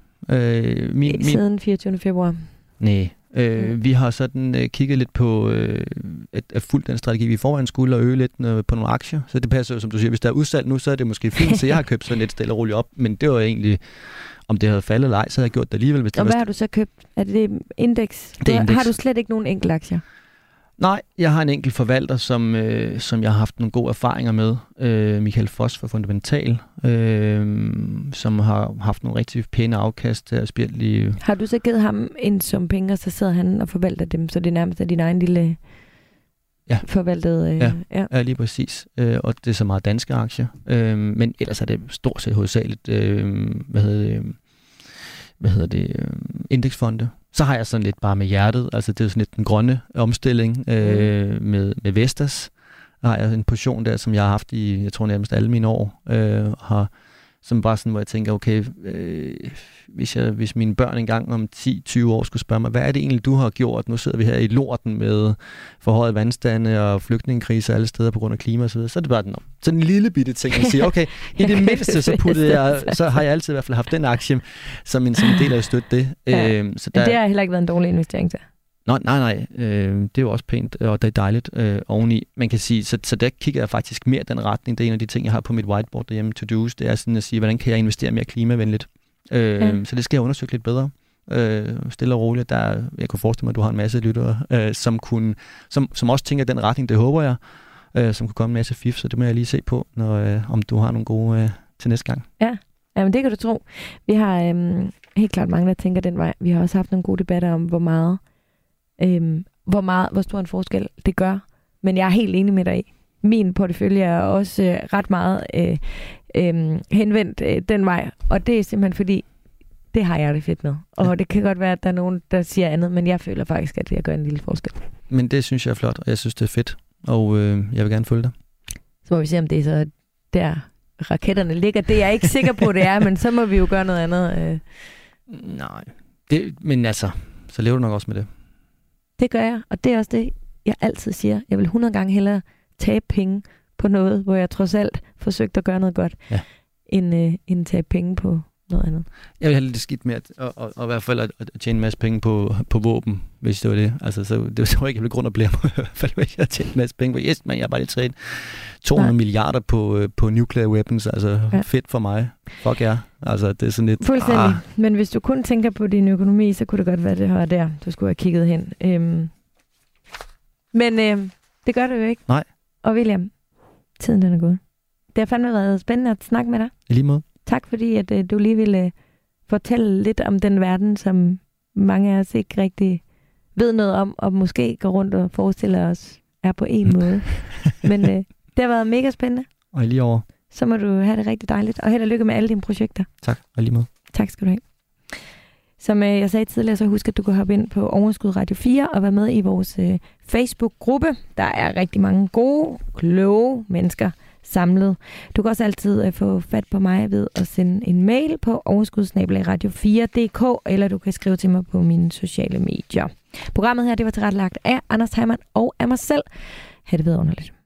Øh, min, min... Siden fireogtyvende februar. Nej. Øh, mm. Vi har sådan øh, kigget lidt på øh, at, at fuldt den strategi, vi foran skulle, og øge lidt øh, på nogle aktier. Så det passer jo, som du siger, hvis der er udsalg nu, så er det måske fint, så jeg har købt sådan lidt stille og roligt op. Men det var egentlig, om det havde faldet eller ej, så havde jeg gjort det alligevel. Hvis det og var hvad har du så købt? Er det indeks? Det er indeks. Har du slet ikke nogen enkelte aktier? Nej, jeg har en enkelt forvalter, som, øh, som jeg har haft nogle gode erfaringer med. Øh, Michael Foss fra Fundamental, øh, som har haft nogle rigtig pæne afkast til at spille i... Har du så givet ham en sum penge, og så sidder han og forvalter dem, så det er nærmest er din egen lille ja. forvaltede... Øh, ja. Ja. ja, lige præcis. Øh, og det er så meget danske aktier. Øh, men ellers er det stort set hovedsageligt, øh, hvad hedder det, hvad hedder det, øh, indeksfonde. Så har jeg sådan lidt bare med hjertet, altså det er sådan lidt den grønne omstilling øh, mm. med, med Vestas. Der har jeg en portion der, som jeg har haft i, jeg tror nærmest alle mine år, øh, har som bare sådan, hvor jeg tænker, okay, øh, hvis, jeg, hvis mine børn engang om ti til tyve år skulle spørge mig, hvad er det egentlig, du har gjort? Nu sidder vi her i lorten med forhøjet vandstande og flygtningekriser alle steder på grund af klima og så videre. Så er det bare den, sådan en lille bitte ting, at sige, okay, i det mindste, så, puttede jeg, så har jeg altid i hvert fald haft den aktie, som en, som en del af at støtte det. Ja. Øh, så der, Men det har heller ikke været en dårlig investering til. Nej, nej, nej. Øh, det er jo også pænt, og det er dejligt øh, oveni. Man kan sige, så, så der kigger jeg faktisk mere den retning. Det er en af de ting, jeg har på mit whiteboard derhjemme, to-do's. Det er sådan at sige, hvordan kan jeg investere mere klimavenligt? Øh, ja. Så det skal jeg undersøge lidt bedre. Øh, stille og roligt. Der, jeg kunne forestille mig, at du har en masse lyttere, øh, som, kunne, som, som også tænker den retning, det håber jeg, øh, som kunne komme en masse fif, så det må jeg lige se på, når, øh, om du har nogle gode øh, til næste gang. Ja. Jamen det kan du tro. Vi har øhm, helt klart mange, der tænker den vej. Vi har også haft nogle gode debatter om, hvor meget Øhm, hvor meget, hvor stor en forskel det gør. Men jeg er helt enig med dig i. Min portefølje er også øh, ret meget øh, øh, henvendt øh, den vej. Og det er simpelthen fordi, det har jeg det fedt med. Og ja. Det kan godt være, at der er nogen, der siger andet, men jeg føler faktisk, at det gør en lille forskel. Men det synes jeg er flot, og jeg synes, det er fedt. Og øh, jeg vil gerne følge dig. Så må vi se, om det er så der raketterne ligger. Det er jeg ikke sikker på, det er, men så må vi jo gøre noget andet. Øh. Nej. Det, men altså, så lever du nok også med det. Det gør jeg, og det er også det, jeg altid siger. Jeg vil hundrede gange hellere tabe penge på noget, hvor jeg trods alt forsøgte at gøre noget godt, ja. end, øh, end tabe penge på noget andet. Jeg vil have lidt skidt med at, og, og, og i hvert fald at, at tjene en masse penge på, på våben, hvis det var det. Altså, så det var ikke, jeg ville grund at blive mig, i hvert fald, hvis jeg tjente en masse penge på. Yes, man, jeg har bare lige trænet to hundrede Nej. milliarder på, på nuclear weapons. Altså, ja. Fedt for mig. Fuck jer. Altså, det er sådan lidt... Fuldstændig. Ah. Men hvis du kun tænker på din økonomi, så kunne det godt være, det her der, du skulle have kigget hen. Øhm. Men øhm, det gør det jo ikke. Nej. Og William, tiden den er gået. Det har fandme været spændende at snakke med dig. I lige måde. Tak fordi, at øh, du lige ville øh, fortælle lidt om den verden, som mange af os ikke rigtig ved noget om, og måske går rundt og forestiller os er på en måde. Men øh, det har været mega spændende. Og lige over. Så må du have det rigtig dejligt, og held og lykke med alle dine projekter. Tak, og lige måde. Tak skal du have. Som øh, jeg sagde tidligere, så husk, at du kan hoppe ind på Overskud Radio fire og være med i vores øh, Facebook-gruppe. Der er rigtig mange gode, kloge mennesker samlet. Du kan også altid øh, få fat på mig ved at sende en mail på overskud snabel-a radio fire punktum d k, eller du kan skrive til mig på mine sociale medier. Programmet her, det var tilrettelagt af Anders Heimann og af mig selv. Ha' det vidunderligt.